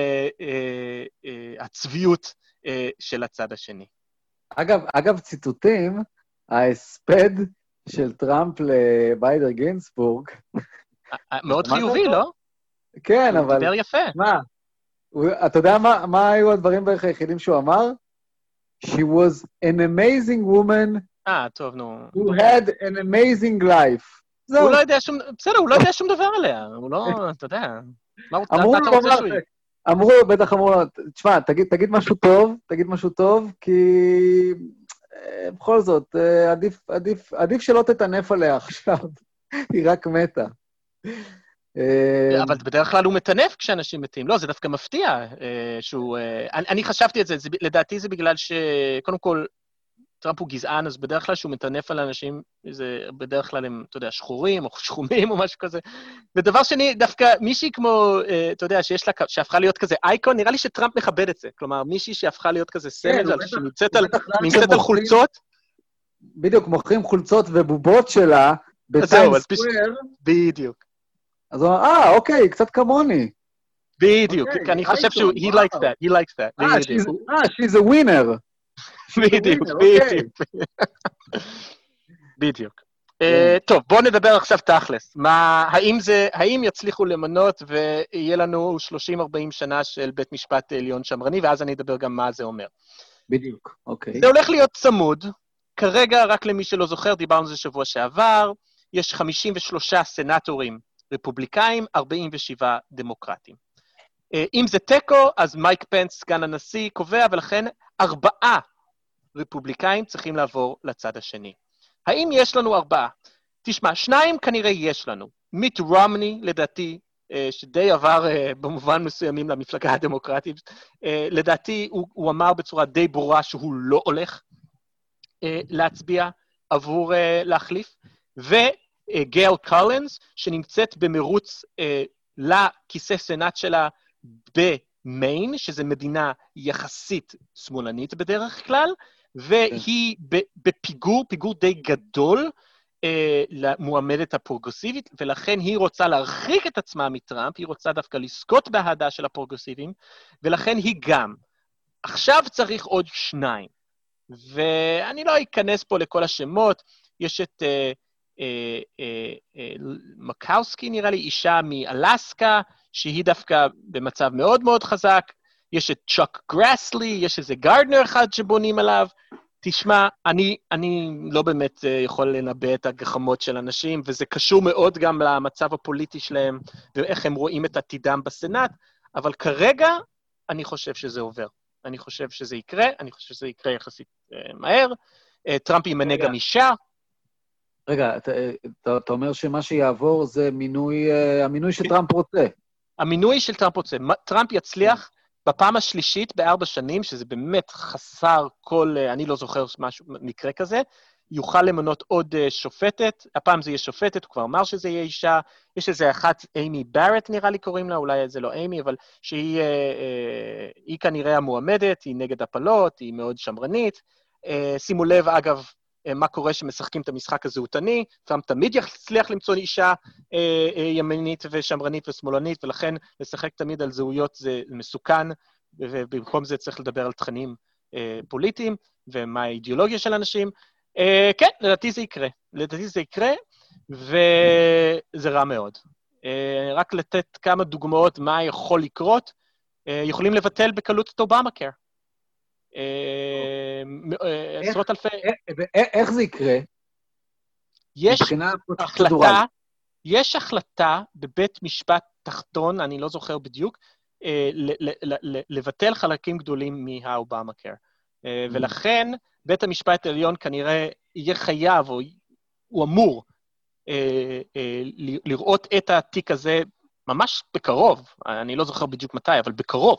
הצביעות של הצד השני. אגב, ציטוטים, ההספד של טראמפ לביידר גינסבורג. מאוד חיובי, לא? כן, אבל... הוא דיבר יפה. מה? אתה יודע מה היו הדברים בערך היחידים שהוא אמר? She was an amazing woman. טוב, נו. Who had an amazing life. הוא לא יודע שום... בסדר, הוא לא יודע שום דבר עליה. הוא לא, אתה יודע... בטח אמרו לו, תשמע, תגיד משהו טוב, כי בכל זאת, עדיף שלא תטנף עליה עכשיו, היא רק מתה. אבל בדרך כלל הוא מטנף כשאנשים מתים, לא, זה דווקא מפתיע שהוא... אני חשבתי את זה, לדעתי זה בגלל שקודם כל, טראמפ הוא גזען, אז בדרך כלל שהוא מטנף על אנשים, זה בדרך כלל הם, אתה יודע, שחורים או שחומים או משהו כזה. ודבר שני, דווקא מישהי כמו, אתה יודע, שהפכה להיות כזה אייקון, נראה לי שטראמפ מכבד את זה. כלומר, מישהי שהפכה להיות כזה סמל, שנמצאת על חולצות. בדיוק, מוכרים חולצות ובובות שלה, בטיימס סקוואר. בדיוק. אז הוא אומר, אוקיי, קצת כמוני. בדיוק, אני חושב שהוא, he likes that. She's a winner. בדיוק. טוב, בואו נדבר עכשיו תכלס. האם יצליחו למנות ויהיה לנו 30-40 שנה של בית משפט עליון שמרני, ואז אני אדבר גם מה זה אומר. בדיוק, אוקיי. זה הולך להיות צמוד. כרגע, רק למי שלא זוכר, דיברנו על זה שבוע שעבר, יש 53 סנטורים רפובליקאים, 47 דמוקרטים. אם זה טקו, אז מייק פנס, סגן הנשיא, קובע, ולכן 4 רפובליקאים צריכים לעבור לצד השני. האם יש לנו 4? תשמע, 2 כנראה יש לנו. מיט רומני, לדעתי, שדי עבר במובן מסוימים למפלגה הדמוקרטית, לדעתי הוא אמר בצורה די ברורה שהוא לא הולך להצביע עבור להחליף, וגייל קולינס, שנמצאת במרוץ לכיסא סנאט שלה במיין, שזו מדינה יחסית שמאלנית בדרך כלל, והיא בפיגור די גדול, למועמדת הפרוגרסיבית, ולכן היא רוצה להרחיק את עצמה מטראמפ, היא רוצה דווקא לזכות בהדה של הפרוגרסיבים, ולכן היא גם. עכשיו צריך עוד 2, ואני לא אכנס פה לכל השמות, יש את מקאוסקי נראה לי, אישה מאלסקה, שהיא דווקא במצב מאוד מאוד חזק, יש את צ'וק גרסלי, יש איזה גארדנר אחד שבונים עליו, תשמע, אני לא באמת יכול לנבא את הגחמות של אנשים, וזה קשור מאוד גם למצב הפוליטי שלהם, ואיך הם רואים את עתידם בסנאט, אבל כרגע אני חושב שזה עובר. אני חושב שזה יקרה, אני חושב שזה יקרה יחסית מהר. טראמפ ימנה גם אישה. רגע, אתה אומר שמה שיעבור זה המינוי שטראמפ רוצה. המינוי של טראמפ רוצה. טראמפ יצליח בפעם השלישית ב4 שנים, שזה באמת חסר כל, אני לא זוכר מקרה כזה, יוכל למנות עוד שופטת, הפעם זה יהיה שופטת, הוא כבר אמר שזה יהיה אישה, יש איזה אחת, אימי ברט נראה לי קוראים לה, אולי זה לא אימי, אבל שהיא כנראה המועמדת, היא נגד הפלות, היא מאוד שמרנית, שימו לב אגב, מה קורה שמשחקים את המשחק הזהותני, טראמפ תמיד יצליח למצוא אישה ימנית ושמרנית ושמאלנית, ולכן לשחק תמיד על זהויות זה מסוכן, ובמקום זה צריך לדבר על תכנים פוליטיים, ומה האידיאולוגיה של אנשים. כן, לדעתי זה יקרה, וזה רע מאוד. רק לתת כמה דוגמאות מה יכול לקרות, יכולים לבטל בקלות את אובמה-קר. עשרות אלפי... איך זה יקרה? יש החלטה בבית משפט תחתון, אני לא זוכר בדיוק, לבטל חלקים גדולים מהאובמה-קר. ולכן בית המשפט העליון כנראה יהיה חייב, או הוא אמור לראות את התיק הזה ממש בקרוב, אני לא זוכר בדיוק מתי, אבל בקרוב.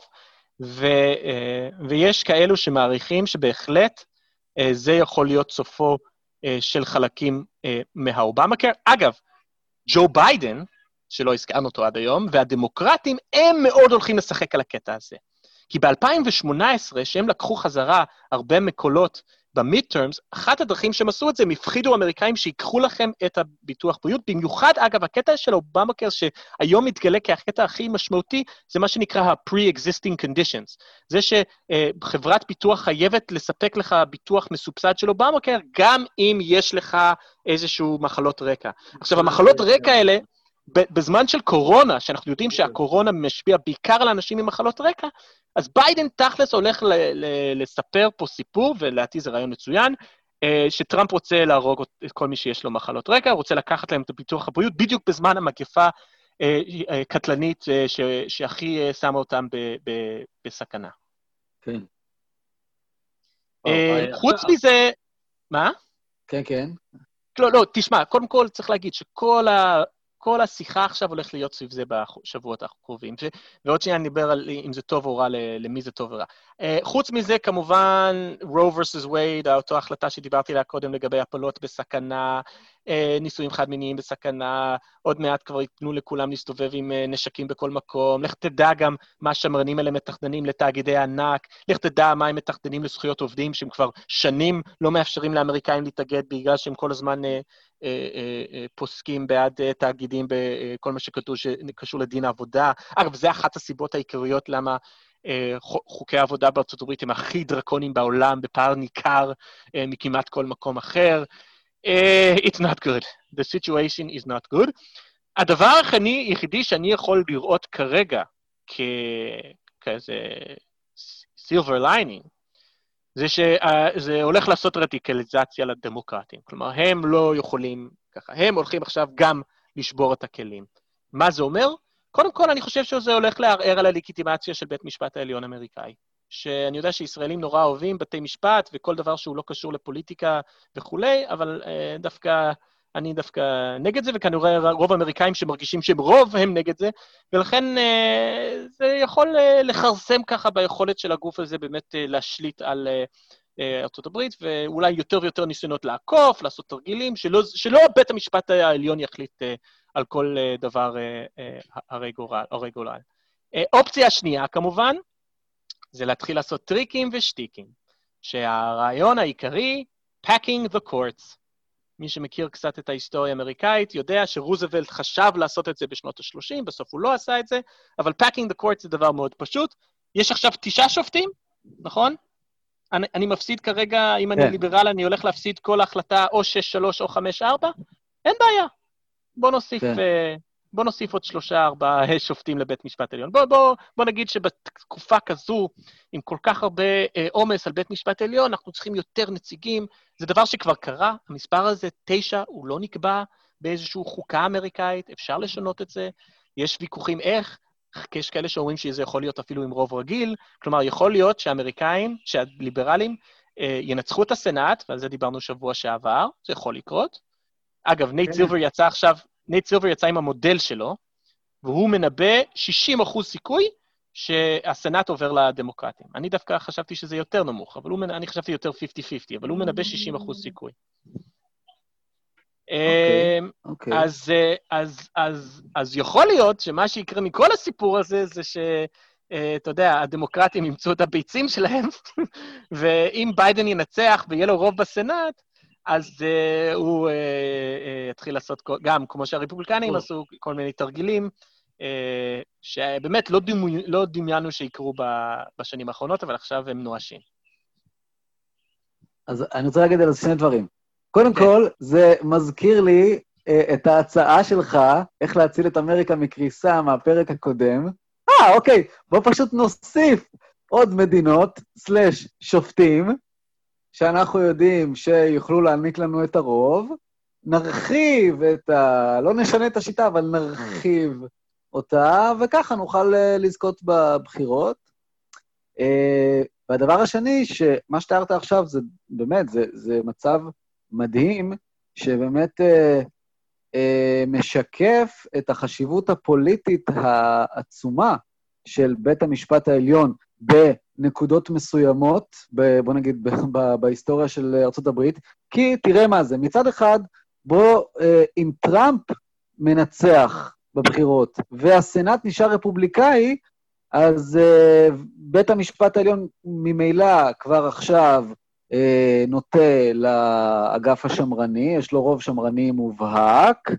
ויש כאלו שמעריכים שבהחלט זה יכול להיות סופו של חלקים מהאובמה-קר. אגב, ג'ו ביידן, שלא הזכרנו אותו עד היום, והדמוקרטים, הם מאוד הולכים לשחק על הקטע הזה. כי ב-2018, שהם לקחו חזרה הרבה מקולות במידטרמס, אחת הדרכים שהם עשו את זה, הם הפחידו אמריקאים שיקחו לכם את הביטוח בריאות, במיוחד, אגב, הקטע של אובמה-קר, שהיום מתגלה כהקטע הכי משמעותי, זה מה שנקרא ה-pre-existing conditions. זה שחברת ביטוח חייבת לספק לך ביטוח מסובסד של אובמה-קר, גם אם יש לך איזשהו מחלות רקע. עכשיו, המחלות רקע האלה, בזמן של קורונה, שאנחנו יודעים שהקורונה משפיע בעיקר על אנשים עם מחלות רקע, אז ביידן תכלס הולך לספר פה סיפור, ולעתי זה רעיון מצוין, שטראמפ רוצה להרוג את כל מי שיש לו מחלות רקע, רוצה לקחת להם את הביטוח הבריאות, בדיוק בזמן המגפה קטלנית שהכי שמה אותם בסכנה. כן. חוץ מזה, מה? כן, כן. לא, תשמע, קודם כל צריך להגיד כל השיחה עכשיו הולך להיות סביב זה בשבועות הקרובים, ועוד שנייה נדבר על אם זה טוב או רע, למי זה טוב או רע. חוץ מזה, כמובן, רו versus וייד, אותו החלטה שדיברתי עליה קודם לגבי הפלות בסכנה, ניסויים חד-מיניים בסכנה, עוד מעט כבר ייתנו לכולם להסתובב עם נשקים בכל מקום, לך תדע גם מה השמרנים האלה מתכננים לתאגידי הענק, לך תדע מה הם מתכננים לזכויות עובדים, שהם כבר שנים לא מאפשרים לאמריקאים להתאגד, בגלל שהם כל הזמן פוסקים בעד תאגידים בכל מה שקשור לדין העבודה. אגב, זה אחת הסיבות העיקריות למה חוקי העבודה בארצות הברית הם הכי דרקונים בעולם, בפער ניכר מכמעט כל מקום אחר. It's not good. The situation is not good. הדבר היחידי שאני יכול לראות כרגע כאיזה silver lining, זה שזה הולך לעשות רדיקליזציה לדמוקרטים. כלומר, הם לא יכולים ככה, הם הולכים עכשיו גם לשבור את הכלים. מה זה אומר? קודם כל, אני חושב שזה הולך לערער על הלגיטימציה של בית משפט העליון האמריקאי. שאני יודע שישראלים נורא אוהבים בתי משפט וכל דבר שהוא לא קשור לפוליטיקה וכולי, אבל אני דווקא נגד זה, וכנראה רוב האמריקאים שמרגישים שהם רוב, הם נגד זה, ולכן זה יכול לחרסם ככה ביכולת של הגוף הזה באמת להשליט על ארצות הברית, ואולי יותר ויותר ניסיונות לעקוף, לעשות תרגילים, שלא בית המשפט העליון יחליט על כל דבר הרי גורל. אופציה שנייה, כמובן, זה להתחיל לעשות טריקים ושטיקים, שהרעיון העיקרי, packing the courts. מי שמכיר קצת את ההיסטוריה האמריקאית יודע שרוזוולט חשב לעשות את זה בשנות ה-30, בסוף הוא לא עשה את זה, אבל packing the courts זה דבר מאוד פשוט. יש עכשיו 9 שופטים, נכון? אני מפסיד כרגע, אם אני ליברל, אני הולך להפסיד כל החלטה או 6-3 או 5-4, אין בעיה. בוא נוסיף עוד 3-4 שופטים לבית משפט עליון. בוא נגיד שבתקופה כזו, עם כל כך הרבה עומס על בית משפט עליון, אנחנו צריכים יותר נציגים. זה דבר שכבר קרה, המספר הזה 9, הוא לא נקבע באיזושהי חוקה אמריקאית, אפשר לשנות את זה, יש ויכוחים איך, יש כאלה שאומרים שזה יכול להיות אפילו עם רוב רגיל, כלומר, יכול להיות שהאמריקאים, שהליברלים, ינצחו את הסנאט, ועל זה דיברנו שבוע שעבר, זה יכול לקרות. אגב, נייט סילבר יצא עם המודל שלו, והוא מנבא 60% סיכוי שהסנאט עובר לדמוקרטים. אני דווקא חשבתי שזה יותר נמוך, אבל אני חשבתי יותר 50-50, אבל הוא מנבא 60% סיכוי. אז יכול להיות שמה שיקרה מכל הסיפור הזה, זה אתה יודע, הדמוקרטים ימצאו את הביצים שלהם, ואם ביידן ינצח ויהיה לו רוב בסנאט, אז הוא יתחיל לעשות, גם כמו שהרפובליקנים עשו כל מיני תרגילים, שבאמת לא דמיינו שיקרו בשנים האחרונות, אבל עכשיו הם נואשים. אז אני רוצה להגיד על זה 2 דברים. קודם כל, זה מזכיר לי את ההצעה שלך, איך להציל את אמריקה מקריסה מהפרק הקודם. אוקיי, בוא פשוט נוסיף עוד מדינות, /שופטים, שאנחנו יודעים שיוכלו להעניק לנו את הרוב, נרחיב לא נשנה את השיטה, אבל נרחיב אותה, וככה נוכל לזכות בבחירות. והדבר השני, שמה שתיארת עכשיו, זה באמת, זה מצב מדהים, שבאמת משקף את החשיבות הפוליטית העצומה של בית המשפט העליון בנקודות מסוימות, בוא נגיד בהיסטוריה של ארצות הברית, כי תראה מה זה, מצד אחד, אם טראמפ מנצח בבחירות, והסנאט נשאר רפובליקאי, אז בית המשפט העליון ממילא כבר עכשיו נוטה לאגף השמרני, יש לו רוב שמרני מובהק,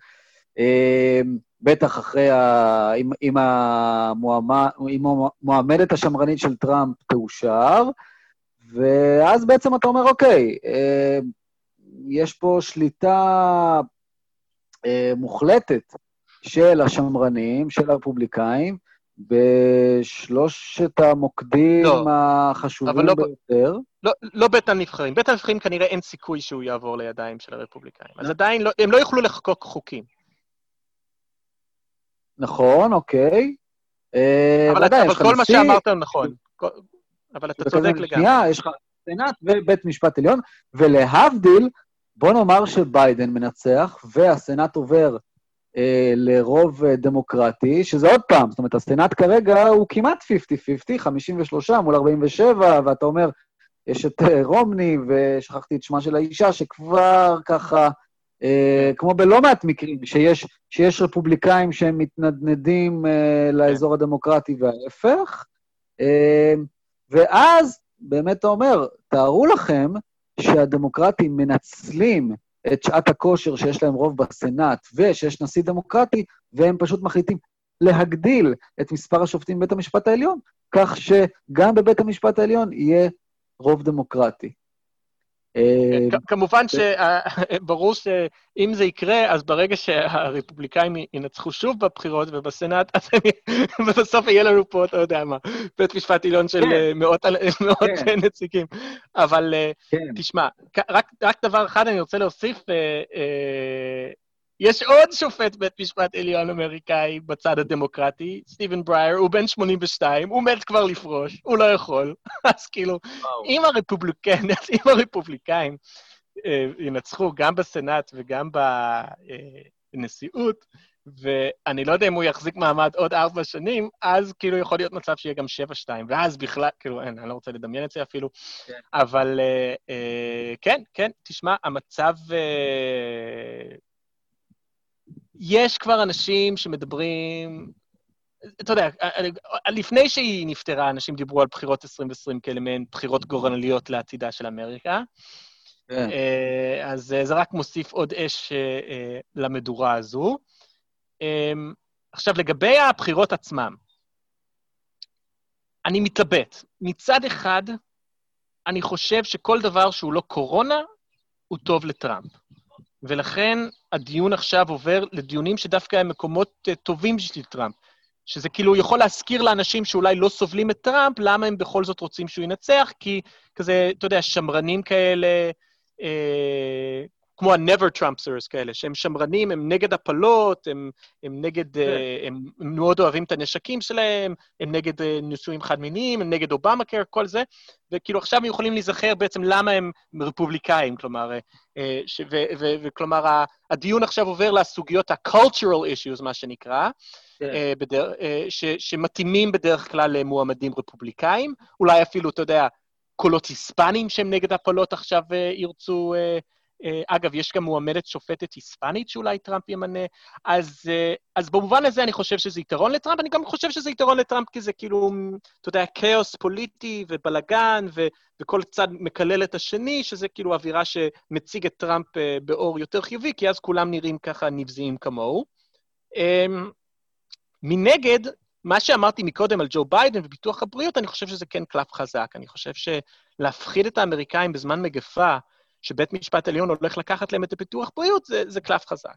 בטח אחרי, אם המועמדת השמרנית של טראמפ תאושר, ואז בעצם אתה אומר, אוקיי, יש פה שליטה מוחלטת של השמרנים, של הרפובליקאים, בשלושת המוקדים החשובים ביותר. לא בית הנבחרים. בית הנבחרים כנראה אין סיכוי שהוא יעבור לידיים של הרפובליקאים. אז עדיין הם לא יוכלו לחוקק חוקים. נכון, אוקיי. אבל כל מה שאמרת הוא נכון. אבל אתה צודק לגמרי. שנייה, יש לך סנאט ובית משפט עליון, ולהבדיל, בוא נאמר שביידן מנצח, והסנאט עובר לרוב דמוקרטי, שזה עוד פעם, זאת אומרת, הסנאט כרגע הוא כמעט 50-50, 53 מול 47, ואתה אומר, יש את רומני, ושכחתי את שמה של האישה, שכבר ככה, כמו בלא מעט מקרים, שיש רפובליקאים שהם מתנדנדים לאזור הדמוקרטי וההפך, ואז באמת אתה אומר, תארו לכם שהדמוקרטים מנצלים את שעת הכושר שיש להם רוב בסנאט, ושיש נשיא דמוקרטי, והם פשוט מחליטים להגדיל את מספר השופטים בבית המשפט העליון, כך שגם בבית המשפט העליון יהיה רוב דמוקרטי. כמובן שברור שאם זה יקרה, אז ברגע שהרפובליקאים ינצחו שוב בבחירות ובסנאט, אז בסוף יהיה לנו פה, אתה יודע מה, בית משפט עליון של מאות נציגים. אבל תשמע, רק דבר אחד אני רוצה להוסיף, יש עוד שופט בית משפט עליון אמריקאי בצד הדמוקרטי, סטיבן ברייר, הוא בן 82, הוא מת כבר לפרוש, הוא לא יכול. אז כאילו, אם הרפובליקאים ינצחו גם בסנאט וגם בנשיאות, ואני לא יודע אם הוא יחזיק מעמד עוד 4 שנים, אז כאילו יכול להיות מצב שיהיה גם 7-2, ואז בכלל, כאילו, אני לא רוצה לדמיין את זה אפילו, אבל כן, תשמע, המצב... יש כבר אנשים שמדברים, אתה יודע, לפני שהיא נפטרה, אנשים דיברו על בחירות 2020 כאלה מעין בחירות גורליות לעתידה של אמריקה, אז זה רק מוסיף עוד אש למדורה הזו. עכשיו, לגבי הבחירות עצמם, אני מתלבט. מצד אחד, אני חושב שכל דבר שהוא לא קורונה, הוא טוב לטראמפ. ולכן הדיון עכשיו עובר לדיונים שדווקא הם מקומות טובים בשביל טראמפ, שזה כאילו יכול להזכיר לאנשים שאולי לא סובלים את טראמפ, למה הם בכל זאת רוצים שהוא ינצח, כי כזה, אתה יודע, שמרנים כאלה, כמו ה-never Trumpsters כאלה, שהם שמרנים, הם נגד הפלות, הם נגד, הם מאוד אוהבים את הנשקים שלהם, הם נגד נישואים חד-מיניים, הם נגד אובמה קר, כל זה, וכאילו עכשיו הם יכולים להיזכר בעצם למה הם רפובליקאים, כלומר, וכלומר, הדיון עכשיו עובר לסוגיות ה-cultural issues, מה שנקרא, שמתאימים בדרך כלל למועמדים רפובליקאים, אולי אפילו, אתה יודע, קולות היספנים שהם נגד הפלות עכשיו ירצו... אגב, יש גם מועמדת שופטת היספנית שאולי טראמפ ימנה, אז במובן הזה אני חושב שזה יתרון לטראמפ, אני גם חושב שזה יתרון לטראמפ, כי זה כאילו, אתה יודע, כאוס פוליטי ובלגן, וכל צד מקלל את השני, שזה כאילו אווירה שמציג את טראמפ באור יותר חיובי, כי אז כולם נראים ככה נבזיים כמוהו. מנגד, מה שאמרתי מקודם על ג'ו ביידן וביטוח הבריאות, אני חושב שזה כן קלף חזק, אני חושב שלהפחיד את האמריקאים בזמן מגפה, שבית משפט עליון הולך לקחת להם את הפיתוח בריאות, זה קלף חזק.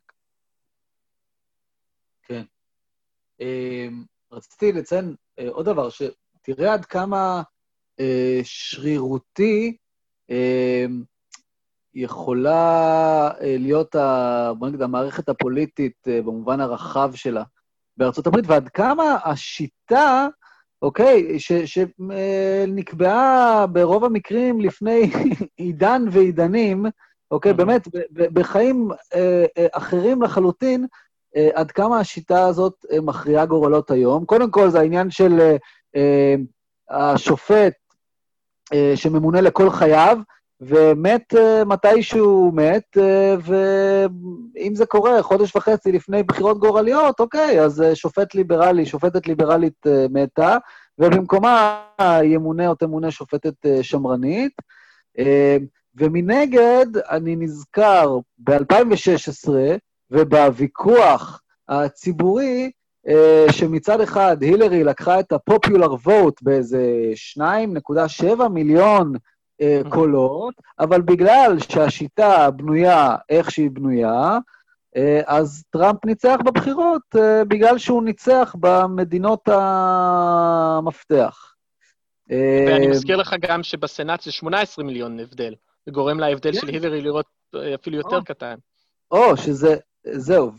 כן. רציתי לציין עוד דבר, שתראה עד כמה שרירותי יכולה להיות, בוא נגיד, המערכת הפוליטית במובן הרחב שלה בארצות הברית, ועד כמה השיטה, אוקיי, שנקבעה ברוב המקרים לפני עידן ועידנים, אוקיי, באמת, בחיים אחרים לחלוטין, עד כמה השיטה הזאת מכריעה גורלות היום. קודם כל, זה העניין של השופט שממונה לכל חייו, ומת מתישהו מת, ואם זה קורה חודש וחצי לפני בחירות גורליות, אוקיי, אז שופטת ליברלית מתה, ובמקומה ימונה או תמונה שופטת שמרנית, ומנגד אני נזכר ב-2016, ובוויכוח הציבורי, שמצד אחד הילרי לקחה את הפופולר ווט באיזה 2.7 מיליון קולות, אבל בגלל שהשיטה בנויה איך שהיא בנויה, אז טראמפ ניצח בבחירות, בגלל שהוא ניצח במדינות המפתח. ואני מזכיר לך גם שבסנאט זה 18 מיליון הבדל, זה גורם להבדל של הילרי לראות אפילו יותר קטן. זהו,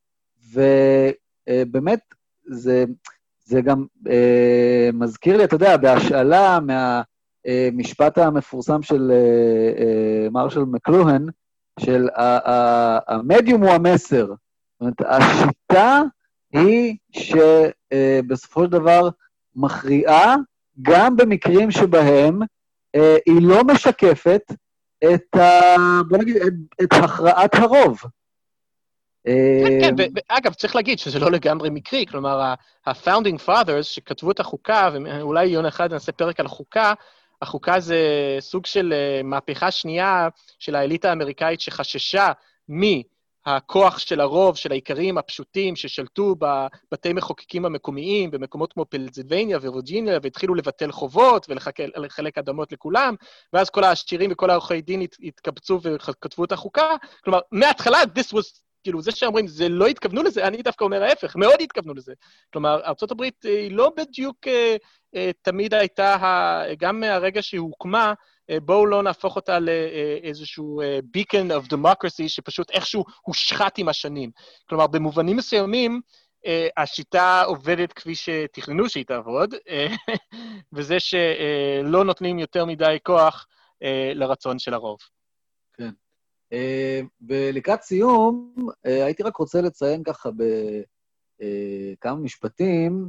ובאמת זה גם מזכיר לי, אתה יודע, בהשאלה מהמשפט המפורסם של מרשל מקלוהן, של המדיום הוא המסר. זאת אומרת, השיטה היא שבסופו של דבר מכריעה, גם במקרים שבהם היא לא משקפת בוא נגיד, את הכרעת הרוב. כן, ואגב, צריך להגיד שזה לא לגמרי מקרי, כלומר, ה-founding fathers שכתבו את החוקה, ואולי יום אחד נעשה פרק על החוקה, החוקה זה סוג של מהפכה שנייה של האליטה האמריקאית שחששה מהכוח של הרוב, של העיקרים הפשוטים ששלטו בבתי מחוקקים המקומיים, במקומות כמו פנסילבניה ווירג'יניה, והתחילו לבטל חובות ולחלק אדמות לכולם, ואז כל העשירים וכל העורכי דין התקבצו וכתבו את החוקה. כלומר, מההתחלה, this was, כאילו, זה שאומרים, זה לא התכוונו לזה, אני דווקא אומר ההפך, מאוד התכוונו לזה. כלומר, ארצות הברית היא לא בדיוק תמיד הייתה, גם מהרגע שהיא הוקמה, בואו לא נהפוך אותה לאיזשהו beacon of democracy, שפשוט איכשהו הושחת עם השנים. כלומר, במובנים מסוימים, השיטה עובדת כפי שתכננו שהיא תעבוד, וזה שלא נותנים יותר מדי כוח לרצון של הרוב. כן. ולקראת סיום, הייתי רק רוצה לציין ככה בכמה משפטים,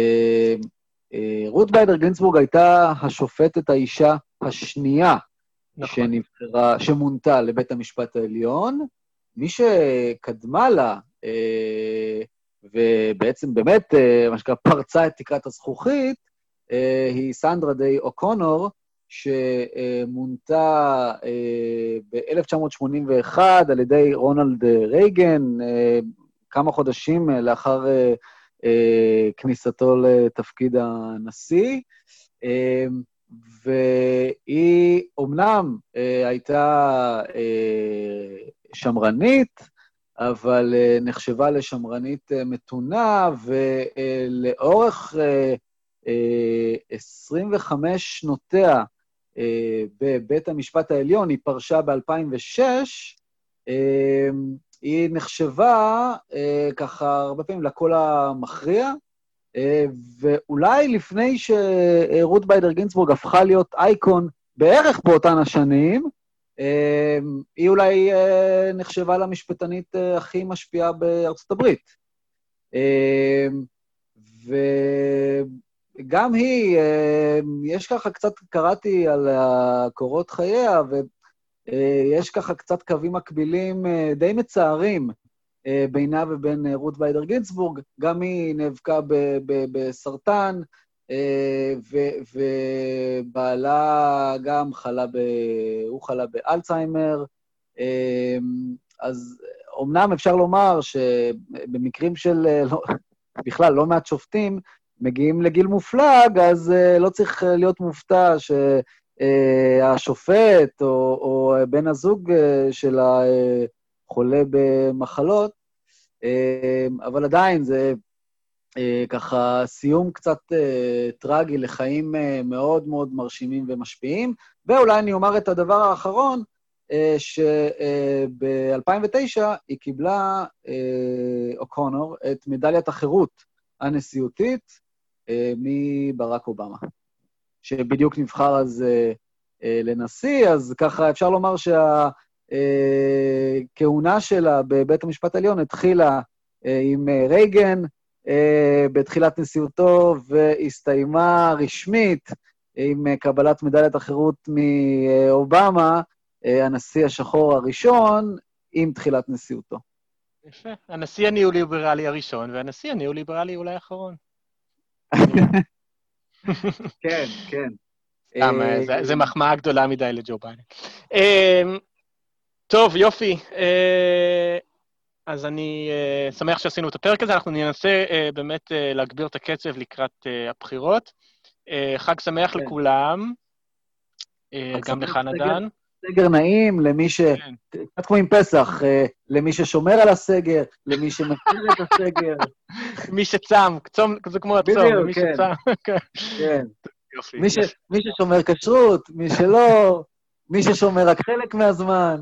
רות ביידר גינסבורג הייתה השופטת האישה השנייה שנבחרה, שמונתה לבית המשפט העליון, מי שקדמה לה, ובעצם באמת, מה שקרה, פרצה את תקרת הזכוכית, היא סנדרה דיי אוקונור, שמונתה ב-1981 על ידי רונלד רייגן, כמה חודשים לאחר כניסתו לתפקיד הנשיא, והיא אומנם הייתה שמרנית, אבל נחשבה לשמרנית מתונה, ולאורך 25 שנותיה בבית המשפט העליון, היא פרשה ב-2006, היא נחשבה ככה הרבה פעמים לקול המכריע, ואולי לפני שרות ביידר גינסבורג הפכה להיות אייקון בערך באותן השנים, היא אולי נחשבה למשפטנית הכי משפיעה בארצות הברית. וגם היא, יש ככה קצת, קראתי על קורות חייה, ויש ככה קצת קווים מקבילים די מצערים בינה ובין רות ביידר גינסבורג. גם היא נאבקה בסרטן, ובעלה גם הוא חלה באלצהיימר, אז אמנם אפשר לומר שבמקרים של בכלל לא מעט שופטים מגיעים לגיל מופלג, אז לא צריך להיות מופתע שהשופט או בן הזוג של החולה במחלות, אבל עדיין זה ככה סיום קצת טרגי לחיים מאוד מאוד מרשימים ומשפיעים, ואולי אני אומר את הדבר האחרון, שב-2009 היא קיבלה אוקונור את מדליית החירות הנשיאותית מברק אובמה, שבדיוק נבחר אז לנשיא, אז ככה אפשר לומר שהכהונה שלה בבית המשפט העליון התחילה עם רייגן, בתחילת נשיאותו, והסתיימה רשמית עם קבלת מדליית החירות מאובמה, הנשיא השחור הראשון, עם תחילת נשיאותו. יפה. הנשיא הניאו-ליברלי הראשון, והנשיא הניאו-ליברלי אולי האחרון. כן, כן. זה מחמאה גדולה מדי לג'ו ביידן. טוב, יופי. אז אני שמח שעשינו את הפרק הזה, אנחנו ננסה באמת להגביר את הקצב לקראת הבחירות. חג שמח לכולם, גם לך נדן. סגר נעים למי קצת כמו עם פסח, למי ששומר על הסגר, למי שמפר את הסגר. מי שצם, זה כמו הצום, מי שצם. כן, מי ששומר כשרות, מי שלא, מי ששומר רק חלק מהזמן.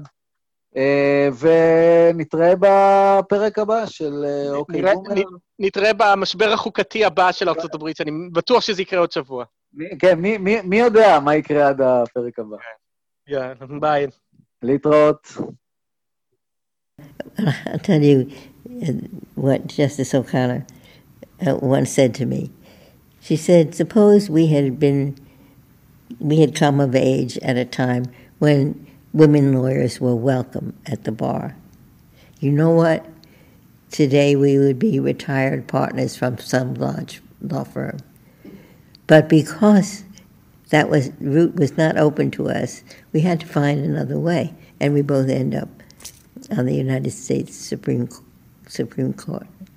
ונתראה בפרק הבא של אוקיי בומר. נתראה במשבר החוקתי הבא של ארצות הברית, אני בטוח שזה יקרה עוד שבוע. כן, מי יודע מה יקרה עד הפרק הבא. ביי. להתראות. I'll tell you what Justice O'Connor once said to me. She said, suppose we had come of age at a time when women lawyers were welcome at the bar. You know what? Today we would be retired partners from some large law firm. But because that route was not open to us, we had to find another way, and we both end up on the United States Supreme Court.